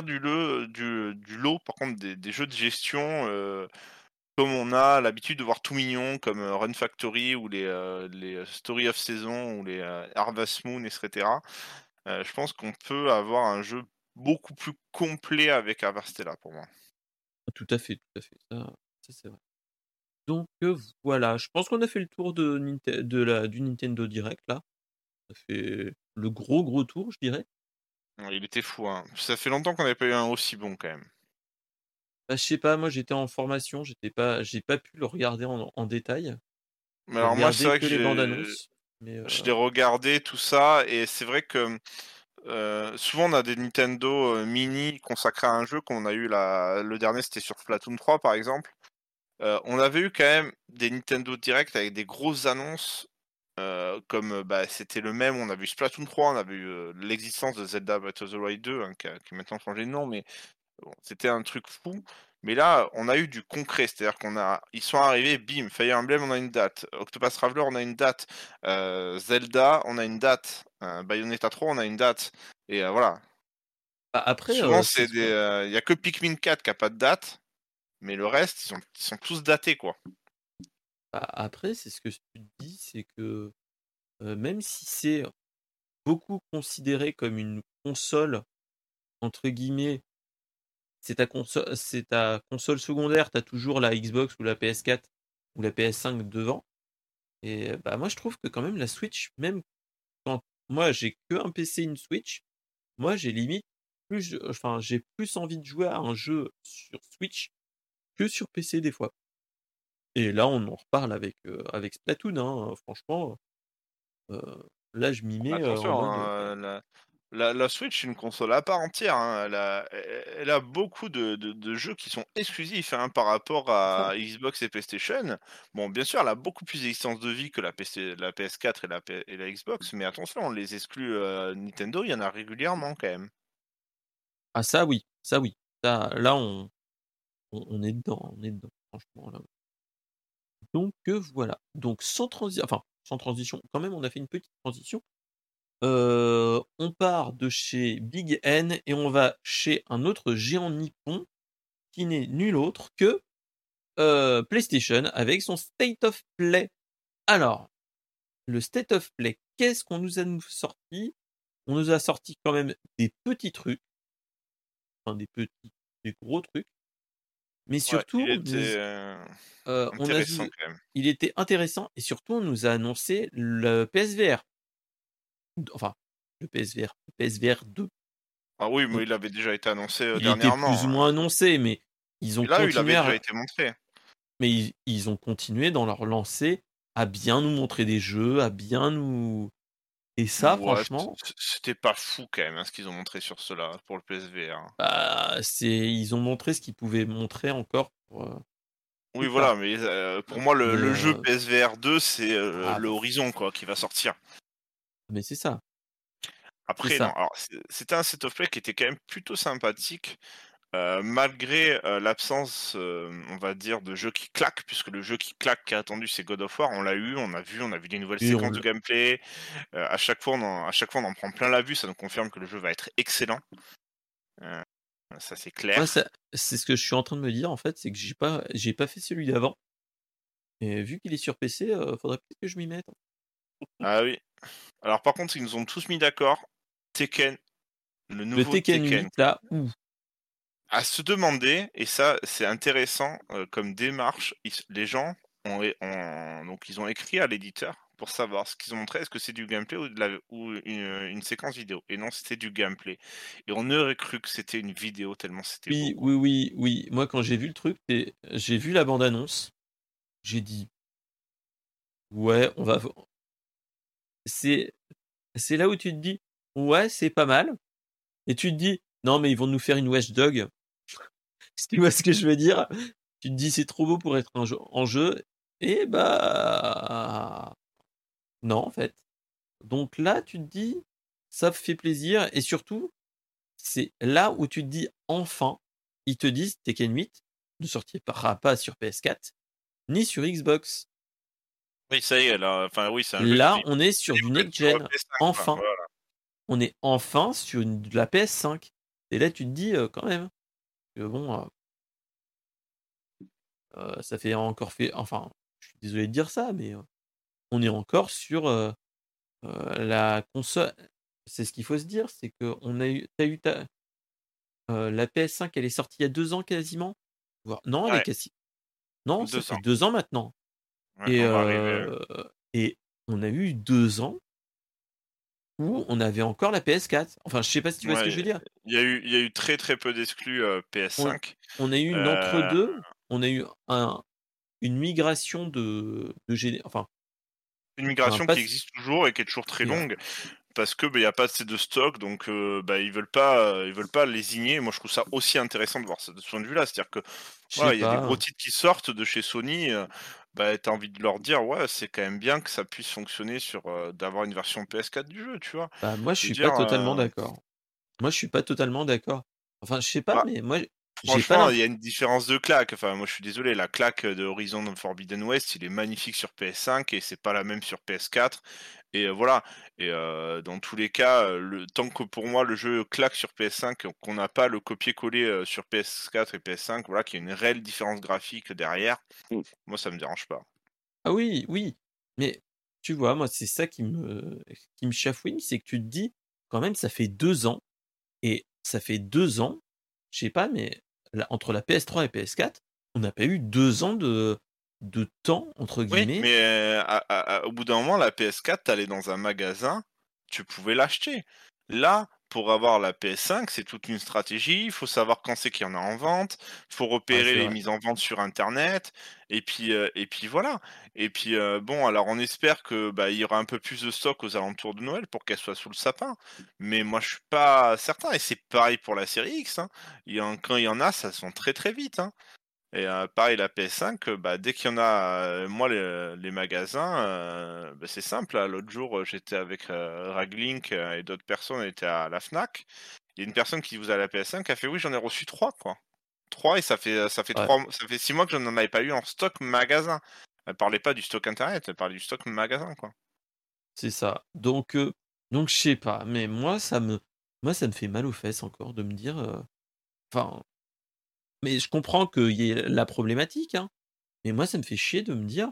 du lot, par contre, des jeux de gestion, comme on a l'habitude de voir tout mignon, comme, Run Factory ou les Story of Season ou les, Harvest Moon et cetera. Je pense qu'on peut avoir un jeu beaucoup plus complet avec Harvestella pour moi. Tout à fait, tout à fait. Ça c'est vrai. Donc voilà, je pense qu'on a fait le tour du Nintendo Direct là. Ça fait le gros, gros tour, je dirais. Ouais, il était fou, hein. Ça fait longtemps qu'on n'avait pas eu un aussi bon quand même. Bah, je sais pas, moi j'étais en formation, j'ai pas pu le regarder en détail. Mais J'ai alors moi, c'est regardé vrai que que les bandes annonces, mais je l'ai regardé tout ça et c'est vrai que, souvent on a des Nintendo, mini consacrés à un jeu qu'on a eu le dernier c'était sur Splatoon 3 par exemple. On avait eu quand même des Nintendo Direct avec des grosses annonces, comme, bah, c'était le même, on a vu Splatoon 3, on a vu, l'existence de Zelda Breath of the Wild 2, hein, qui a maintenant changé de nom, mais bon, c'était un truc fou. Mais là, on a eu du concret, c'est-à-dire ils sont arrivés, bim, Fire Emblem, on a une date, Octopath Traveler, on a une date, Zelda, on a une date, Bayonetta 3, on a une date, et voilà. bah, après, Souvent, c'est ce qu'on il y a que Pikmin 4 qui a pas de date, mais le reste, ils sont tous datés, quoi. après c'est ce que tu te dis, c'est que, même si c'est beaucoup considéré comme une console entre guillemets, c'est ta console secondaire, tu as toujours la Xbox ou la PS4 ou la PS5 devant et bah, moi je trouve que quand même la Switch, même quand moi j'ai qu'un PC, une Switch, moi j'ai limite j'ai plus envie de jouer à un jeu sur Switch que sur PC des fois. Et là on en reparle avec Splatoon, hein, franchement, là je m'y mets, en Attention, mode, hein, la Switch, c'est une console à part entière, hein. Elle a beaucoup de jeux qui sont exclusifs, hein, par rapport C'est ça. à Xbox et PlayStation. Bon, bien sûr, elle a beaucoup plus d'existence de vie que la PS4 et la Xbox, mais attention, les exclus Nintendo, il y en a régulièrement quand même. Ah ça oui, ça oui. Ça, là on est dedans, on est dedans, franchement là. Donc voilà. Donc sans transition, quand même on a fait une petite transition. On part de chez Big N et on va chez un autre géant nippon qui n'est nul autre que, PlayStation avec son State of Play. Alors, le State of Play, qu'est-ce qu'on nous a sorti? On nous a sorti quand même des petits trucs, enfin des gros trucs, mais Ouais, il surtout était on a intéressant vu quand même. il était intéressant et surtout on nous a annoncé le PSVR. Enfin, le PSVR, le PSVR 2. Ah oui, Donc mais il avait déjà été annoncé il était plus dernièrement, ou moins annoncé, mais ils ont et là, il avait continué déjà à été montré. mais ils ont continué dans leur lancée à bien nous montrer des jeux, à bien nous et ça Ouais, franchement, c'était pas fou quand même, hein, ce qu'ils ont montré sur cela pour le PSVR, hein. bah, ils ont montré ce qu'ils pouvaient montrer encore pour, Oui, plus tard. voilà, mais pour moi, Mais, le jeu PSVR 2, c'est ah, le Horizon, quoi, qui va sortir. mais c'est Après, non, ça. alors c'était un set of play qui était quand même plutôt sympathique, malgré l'absence, on va dire, de jeu qui claque, puisque le jeu qui claque qui est attendu, c'est God of War. On l'a eu, on a vu des nouvelles Et séquences de gameplay. À chaque fois, on en prend plein la vue. Ça nous confirme que le jeu va être excellent. Euh, Ça, c'est moi clair. ça c'est ce que je suis en train de me dire en fait, c'est que j'ai pas fait celui d'avant et vu qu'il est sur PC, faudrait peut-être que je m'y mette. Ah oui. Alors, par contre, ils nous ont tous mis d'accord. Tekken, le Le nouveau Tekken Tekken. 8 là, ouh, À se demander, et ça c'est intéressant comme démarche, les gens donc ils ont écrit à l'éditeur pour savoir ce qu'ils ont montré, est-ce que c'est du gameplay ou une séquence vidéo. Et non, c'était du gameplay. Et on aurait cru que c'était une vidéo tellement c'était beau, oui, quoi. oui, oui, oui. Moi quand j'ai vu le truc j'ai vu la bande annonce, j'ai dit: «Ouais, on va c'est c'est là où tu te dis: «Ouais, c'est pas mal» et tu te dis: «Non mais ils vont nous faire une Watch Dogs». Si tu vois ce que je veux dire? Tu te dis: «C'est trop beau pour être un jeu en jeu» et bah, non en fait. Donc là, tu te dis: «Ça fait plaisir» et surtout, c'est là où tu te dis: «Enfin, ils te disent Tekken 8 ne sortira pas sur PS4 ni sur Xbox». Oui, ça y est, là, enfin oui, c'est un jeu Là, qui on est sur du est next sur gen. PS5, quoi. Enfin, Voilà. on est enfin sur de la PS5 et là, tu te dis, quand même que bon, ça fait encore fait enfin, je suis désolé de dire ça, mais, on est encore sur, la console c'est ce qu'il faut se dire, c'est qu'on a eu tu eu ta la PS5 elle est sortie il y a 2 ans quasiment? Voire non, elle est Ouais, quasi non, ça 2 fait ans. 2 ans maintenant Ouais, et on va arriver. et on a eu 2 ans où on avait encore la PS4. Enfin, je sais pas si tu vois ce que je veux Ouais, dire? il y a eu très très peu d'exclus On PS5. on a eu une Euh, entre-deux, on a eu une migration enfin, une un migration qui pass existe toujours et qui est toujours très qui a longue parce que il y a pas assez de stock, donc ils veulent pas lésigner. Moi je trouve ça aussi intéressant de voir ça de ce point de vue-là, c'est-à-dire que je sais voilà, il y a des gros pas, titres qui sortent de chez Sony, t'as envie de leur dire ouais, c'est quand même bien que ça puisse fonctionner sur d'avoir une version PS4 du jeu, tu vois. bah, moi je Je veux suis pas dire, totalement d'accord. Moi je suis pas totalement d'accord. Enfin, je sais pas, bah, mais moi j'ai pas franchement, il l'imp y a une différence de claque. Enfin, moi, je suis désolé, la claque de Horizon Forbidden West, il est magnifique sur PS5 et c'est pas la même sur PS4. Et voilà. Et dans tous les cas, tant que pour moi le jeu claque sur PS5, qu'on n'a pas le copier-coller sur PS4 et PS5, voilà, qu'il y a une réelle différence graphique derrière, moi ça me dérange pas. ah oui, oui, mais tu vois, moi c'est ça qui me chafouine, c'est que tu te dis: «Quand même ça fait 2 ans» et ça fait 2 ans, je sais pas, mais entre la PS3 et PS4, on n'a pas eu 2 ans de «temps» entre Oui, guillemets. mais au bout d'un moment, la PS4, t'allais dans un magasin, tu pouvais l'acheter. Là, pour avoir la PS5, c'est toute une stratégie. Il faut savoir quand c'est qu'il y en a en vente. Il faut Ouais, repérer c'est les vrai. mises en vente sur internet et puis voilà. Et puis, bon, alors on espère que, bah, il y aura un peu plus de stock aux alentours de Noël pour qu'elle soit sous le sapin. Mais moi, je suis pas certain et c'est pareil pour la série X, hein. Quand il y en a, ça se vend très, très vite, hein. Et pareil la PS5, bah, dès qu'il y en a, moi les magasins, bah, c'est simple, là. L'autre jour, j'étais avec, Raglink, et d'autres personnes, on était à la Fnac. Il y a une personne qui vous a la PS5 qui a fait: «Oui, j'en ai reçu 3 quoi. 3 et ça fait Ouais, 6 mois que je n'en avais pas eu en stock magasin». Elle parlait pas du stock internet, elle parlait du stock magasin, quoi. c'est ça. Donc je sais pas, mais moi ça me fait mal aux fesses encore de me dire, enfin, mais je comprends qu'il y ait la problématique, hein, mais moi ça me fait chier de me dire: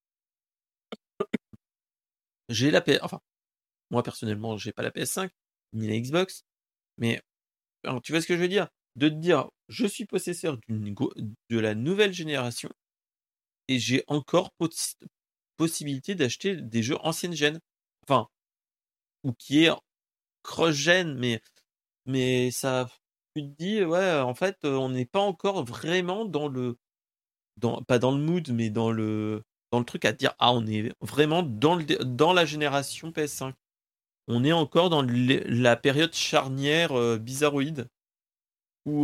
«J'ai la P» enfin, moi personnellement, j'ai pas la PS5, ni la Xbox, mais alors tu vois ce que je veux dire? De te dire: «Je suis possesseur de la nouvelle génération et j'ai encore possibilité d'acheter des jeux ancienne gen». Enfin, ou qui est cross-gen, mais ça tu te dis: «Ouais, en fait, on n'est pas encore vraiment pas dans le mood, mais dans le truc à te dire: "Ah, on est vraiment dans la génération PS5". On est encore dans la période charnière, bizarroïde où,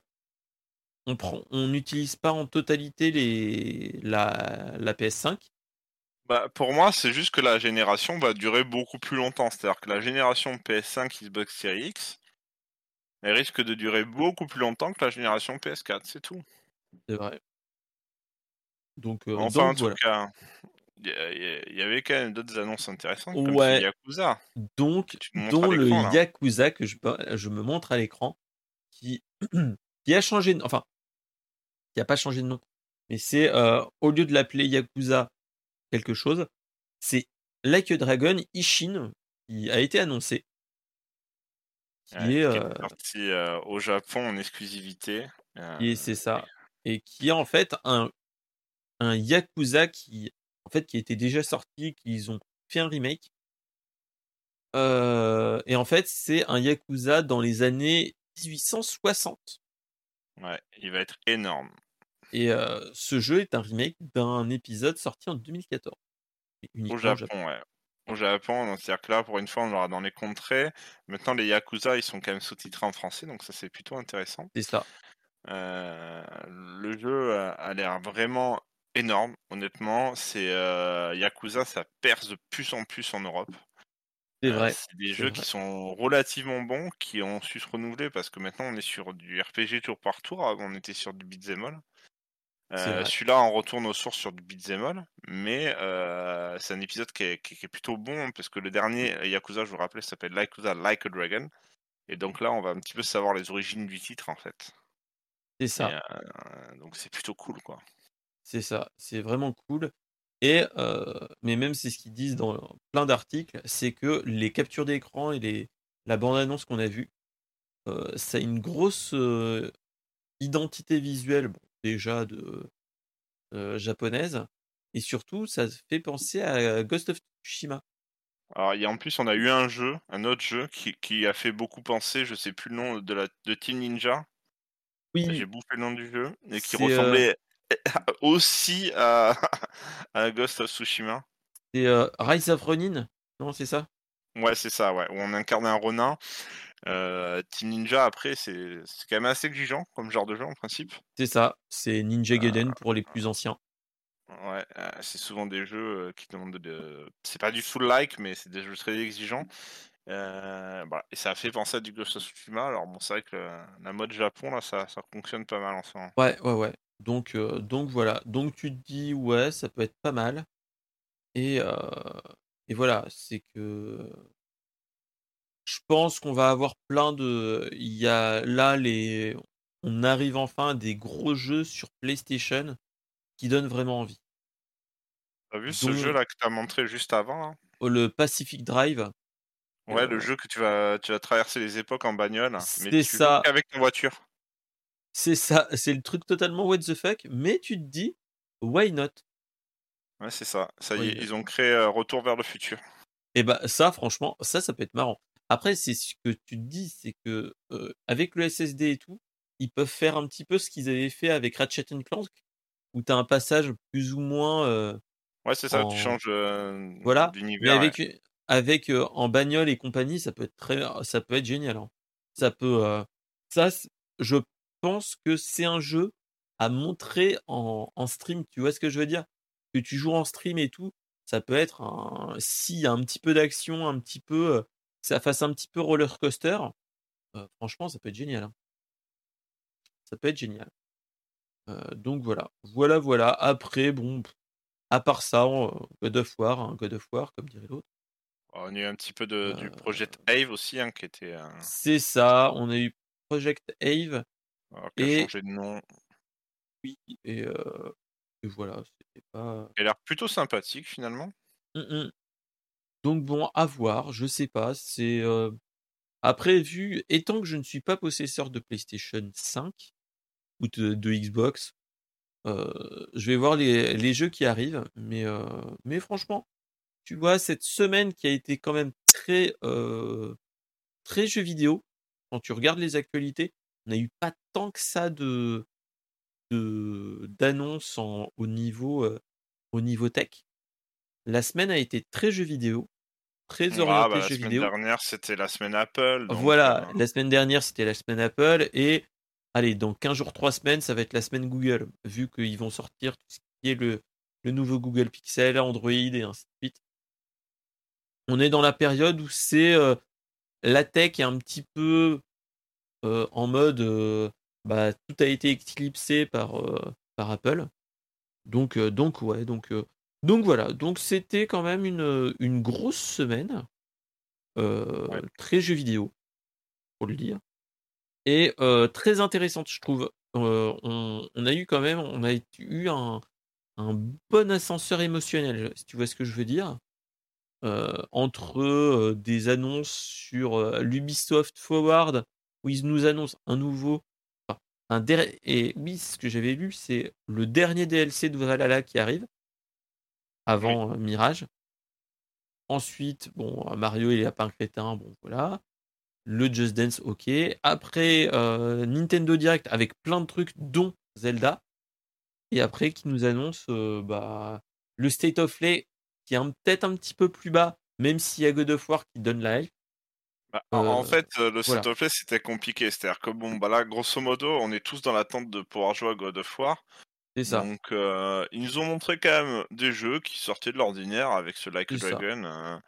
on n'utilise pas en totalité la PS5. Bah, pour moi, c'est juste que la génération va durer beaucoup plus longtemps. C'est-à-dire que la génération PS5, Xbox Series X, elle risque de durer beaucoup plus longtemps que la génération PS4, c'est tout. C'est vrai. Donc Enfin, donc en tout voilà. cas, il y avait quand même d'autres annonces intéressantes comme ce Ouais, Yakuza que donc tu nous montres à dont le l'écran là. Yakuza que je me montre à l'écran qui qui a changé de enfin, qui a pas changé de nom, mais c'est, au lieu de l'appeler Yakuza quelque chose, c'est Like a Dragon Ishin qui a été annoncé, Ouais, qui est, qui était sorti, au Japon en exclusivité. c'est ça, et qui est en fait un Yakuza qui était déjà sorti, qu'ils ont fait un remake, et en fait, c'est un Yakuza dans les années 1860. Ouais, il va être énorme. Et ce jeu est un remake d'un épisode sorti en 2014, et Au uniquement au Japon. Japon, ouais. Au Japon, donc c'est-à-dire que là, pour une fois, on l'aura dans les contrées. Maintenant, les Yakuza, ils sont quand même sous-titrés en français, donc ça, c'est plutôt intéressant. C'est ça, Le jeu a l'air vraiment énorme, honnêtement. Yakuza, ça perce de plus en plus en Europe. c'est vrai, C'est des c'est jeux qui vrai, sont relativement bons, qui ont su se renouveler parce que maintenant on est sur du RPG tour par tour, avant on était sur du beat'em all. c'est vrai. Celui-là on retourne aux sources sur du beat'em all, mais c'est un épisode qui est plutôt bon parce que le dernier Yakuza, je vous rappelle, s'appelle Yakuza Like a Dragon et donc là on va un petit peu savoir les origines du titre en fait C'est et ça, donc c'est plutôt cool quoi. c'est ça, c'est vraiment cool, et mais même c'est ce qu'ils disent dans plein d'articles, c'est que les captures d'écran et la bande annonce qu'on a vue, ça a une grosse, identité visuelle, bon, déjà japonaise, et surtout ça fait penser à Ghost of Tsushima. Alors en plus on a eu un autre jeu qui a fait beaucoup penser, je sais plus le nom de Team Ninja. J'ai Oui, bouffé le nom du jeu et qui c'est, ressemblait aussi à à Ghost of Tsushima. Rise of Ronin? Non, c'est ça? Ouais, c'est ça, ouais, où on incarne un ronin. Team Ninja après c'est quand même assez exigeant comme genre de jeu en principe. C'est ça, c'est Ninja Heu, Gaiden pour les plus anciens. ouais, c'est souvent des jeux, qui demandent c'est pas du full like, mais c'est des jeux très exigeants. Voilà et ça a fait penser à du Ghost of Tsushima. Alors bon, c'est vrai que la mode Japon là, ça fonctionne pas mal en ce moment. Ouais, ouais, ouais. Donc voilà. Donc tu te dis: «Ouais, ça peut être pas mal», et voilà, c'est que je pense qu'on va avoir il y a là les on arrive enfin à des gros jeux sur PlayStation qui donnent vraiment envie, Tu vu ce jeu dont là que tu as montré juste avant là? le Pacific Drive, Ouais, le heu, jeu que tu vas traverser les époques en bagnole, mais c'est tu joues ça, qu'avec ta voiture. c'est le truc totalement what the fuck, mais tu te dis: «Why not? Ouais, c'est ça. Ça y Why est, not?» ils ont créé, Retour vers le futur. Et bah, ça franchement, ça peut être marrant. Après, c'est ce que tu te dis, c'est que avec le SSD et tout, ils peuvent faire un petit peu ce qu'ils avaient fait avec Ratchet Clank, où tu as un passage plus ou moins Ouais, c'est ça, tu en changes voilà, mais d'univers. Ouais. avec en bagnole et compagnie, ça peut être génial. Hein. Ça peut, je pense que c'est un jeu à montrer en stream. Tu vois ce que je veux dire? Que tu joues en stream et tout, ça peut être s'il y a un petit peu d'action, un petit peu, que ça fasse un petit peu roller coaster, franchement, ça peut être génial. Hein. Ça peut être génial. Donc voilà. Voilà. Après, bon, à part ça, God of War, hein, God of War, comme dirait l'autre. On a eu un petit peu du Heu, Project Ave aussi, hein, qui était c'est ça, on a eu Project Ave alors, qui a et changé de nom. oui et voilà, c'était pas Il a l'air plutôt sympathique finalement. mmh mh. Donc bon, à voir, je sais pas, après étant que je ne suis pas possesseur de PlayStation 5 ou de Xbox, je vais voir les jeux qui arrivent, mais franchement, tu vois, cette semaine qui a été quand même très jeux vidéo, quand tu regardes les actualités, on n'a eu pas tant que ça d'annonces au niveau tech. La semaine a été très jeux vidéo, très Ah bah orientée la jeux semaine vidéo. dernière c'était la semaine Apple, donc Voilà, la semaine dernière, c'était la semaine Apple et allez, dans 15 jours, 3 semaines, ça va être la semaine Google, vu qu'ils vont sortir tout ce qui est le nouveau Google Pixel, Android et ainsi de suite. On est dans la période où la tech est un petit peu en mode tout a été éclipsé par Apple. Donc voilà. Donc c'était quand même une grosse semaine, ouais. très jeux vidéo, pour le dire, et très intéressante, je trouve. On a eu un bon ascenseur émotionnel, si tu vois ce que je veux dire. Entre des annonces sur l'Ubisoft Forward, où ils nous annoncent un nouveau. Enfin, et oui, ce que j'avais lu, c'est le dernier DLC de Valhalla qui arrive, Oui. avant Mirage. Ensuite, bon, Mario et les lapins crétins, bon voilà. Le Just Dance, ok. Après, Nintendo Direct avec plein de trucs, dont Zelda. Et après, qui nous annonce le State of Play, qui est peut-être un petit peu plus bas, même s'il y a God of War qui donne la hype. Bah, en fait, le Voilà, set-of-play c'était compliqué. C'est-à-dire que bon, bah là, grosso modo, on est tous dans l'attente de pouvoir jouer à God of War. c'est ça, Donc, ils nous ont montré quand même des jeux qui sortaient de l'ordinaire avec ce Like a c'est ça. Dragon,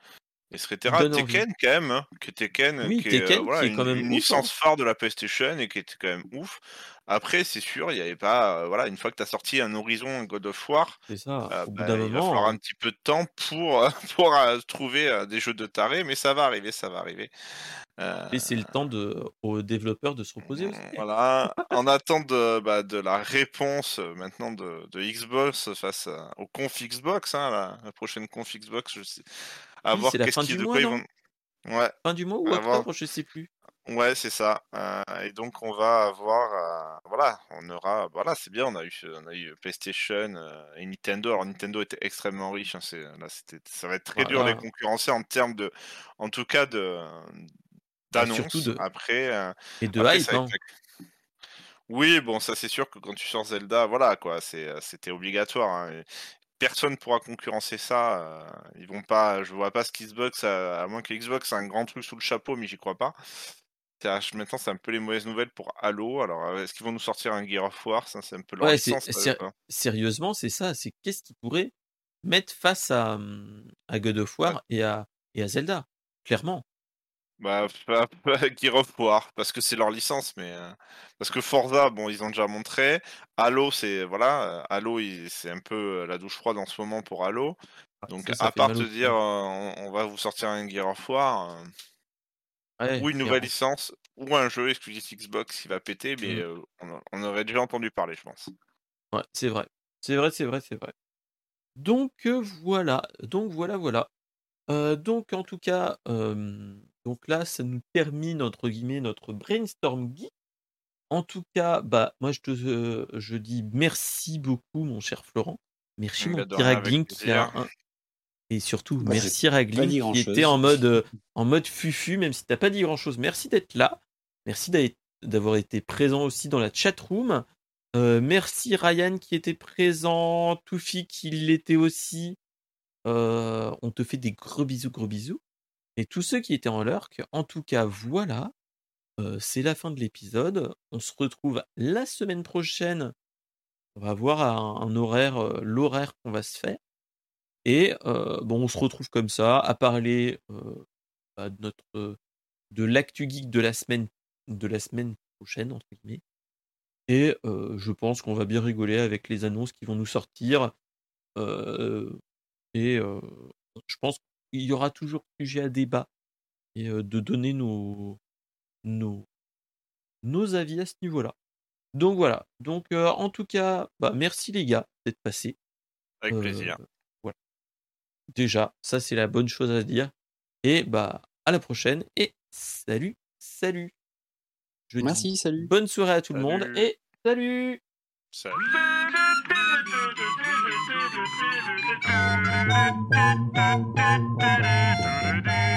Qui etc. donne envie. Tekken quand même, hein, Oui, qui est Tekken, voilà qui est quand même une ouf, hein. licence phare de la PlayStation et qui était quand même ouf. Après, c'est sûr, il y avait pas, voilà, une fois que tu as sorti un Horizon, un God of War, C'est ça. Au bout d'un bah, il va falloir moment, un petit peu de temps pour, pour, trouver, des jeux de tarés, mais ça va arriver, ça va arriver. Heu laisser le temps aux développeurs de se reposer aussi. Voilà, en attente de la réponse, maintenant de Xbox face au conf Xbox, hein, la prochaine conf Xbox, je sais à Oui, c'est voir la fin du de mois, quoi ils non? vont ouais, Fin du mois ou à voir octobre, je sais plus. ouais, c'est ça, et donc on va avoir, voilà, on aura voilà, c'est bien, on a eu PlayStation, et Nintendo. Alors Nintendo était extrêmement riche, hein, ça va être très dur à les Voilà. concurrencer en termes en tout cas Bah, surtout d'annonces. Après, et de après ça hype, va être hein. oui, bon, ça c'est sûr que quand tu sors Zelda, voilà quoi, c'était obligatoire, hein, et personne pourra concurrencer ça, ils vont pas je vois pas ce qu'Xbox à moins que Xbox a un grand truc sous le chapeau, mais j'y crois pas. Maintenant, c'est un peu les mauvaises nouvelles pour Halo. Alors, est-ce qu'ils vont nous sortir un Gear of War? Ça, c'est un peu leur Ouais, licence à eux, quoi. sérieusement, c'est ça. C'est qu'est-ce qu'ils pourraient mettre face à God of Bah War et à Zelda? Clairement. bah, pas Gear of War, parce que c'est leur licence, mais, parce que Forza, bon, ils ont déjà montré. Halo, c'est voilà, Halo, c'est un peu, la douche froide en ce moment pour Halo. Ouais, Donc ça à fait part mal te au dire, cœur. on va vous sortir un Gear of War, Ouais, ou une nouvelle clairement. licence, ou un jeu exclusif Xbox qui va péter, mais, Mmh. on aurait déjà entendu parler, je pense. Ouais, c'est vrai. C'est vrai. Donc voilà. Donc en tout cas, donc là, ça nous termine entre guillemets «notre brainstorm geek». En tout cas, moi je dis merci beaucoup mon cher Florent. Merci mon Bah, de petit rien, avec Ragling qui plaisir. a Et surtout, Moi, j'ai merci pas Raglim dit qui grand-chose. était en mode fufu, même si t'as pas dit grand-chose. Merci d'être là. Merci d'avoir été présent aussi dans la chat room. Merci Ryan qui était présent. Toufi qui l'était aussi. On te fait des gros bisous, gros bisous. Et tous ceux qui étaient en lurk, en tout cas, voilà. C'est la fin de l'épisode. On se retrouve la semaine prochaine. On va voir un horaire, l'horaire qu'on va se faire. Et bon, on se retrouve comme ça à parler de l'actu geek de la semaine prochaine entre guillemets. Et je pense qu'on va bien rigoler avec les annonces qui vont nous sortir. Et je pense qu'il y aura toujours sujet à débat et de donner nos avis à ce niveau-là. Donc voilà. Donc en tout cas, merci les gars d'être passés. Avec plaisir. Voilà. Déjà, ça c'est la bonne chose à se dire. Et à la prochaine et salut. Je dis Merci, salut. bonne soirée à tout le monde Salut. et salut. Salut.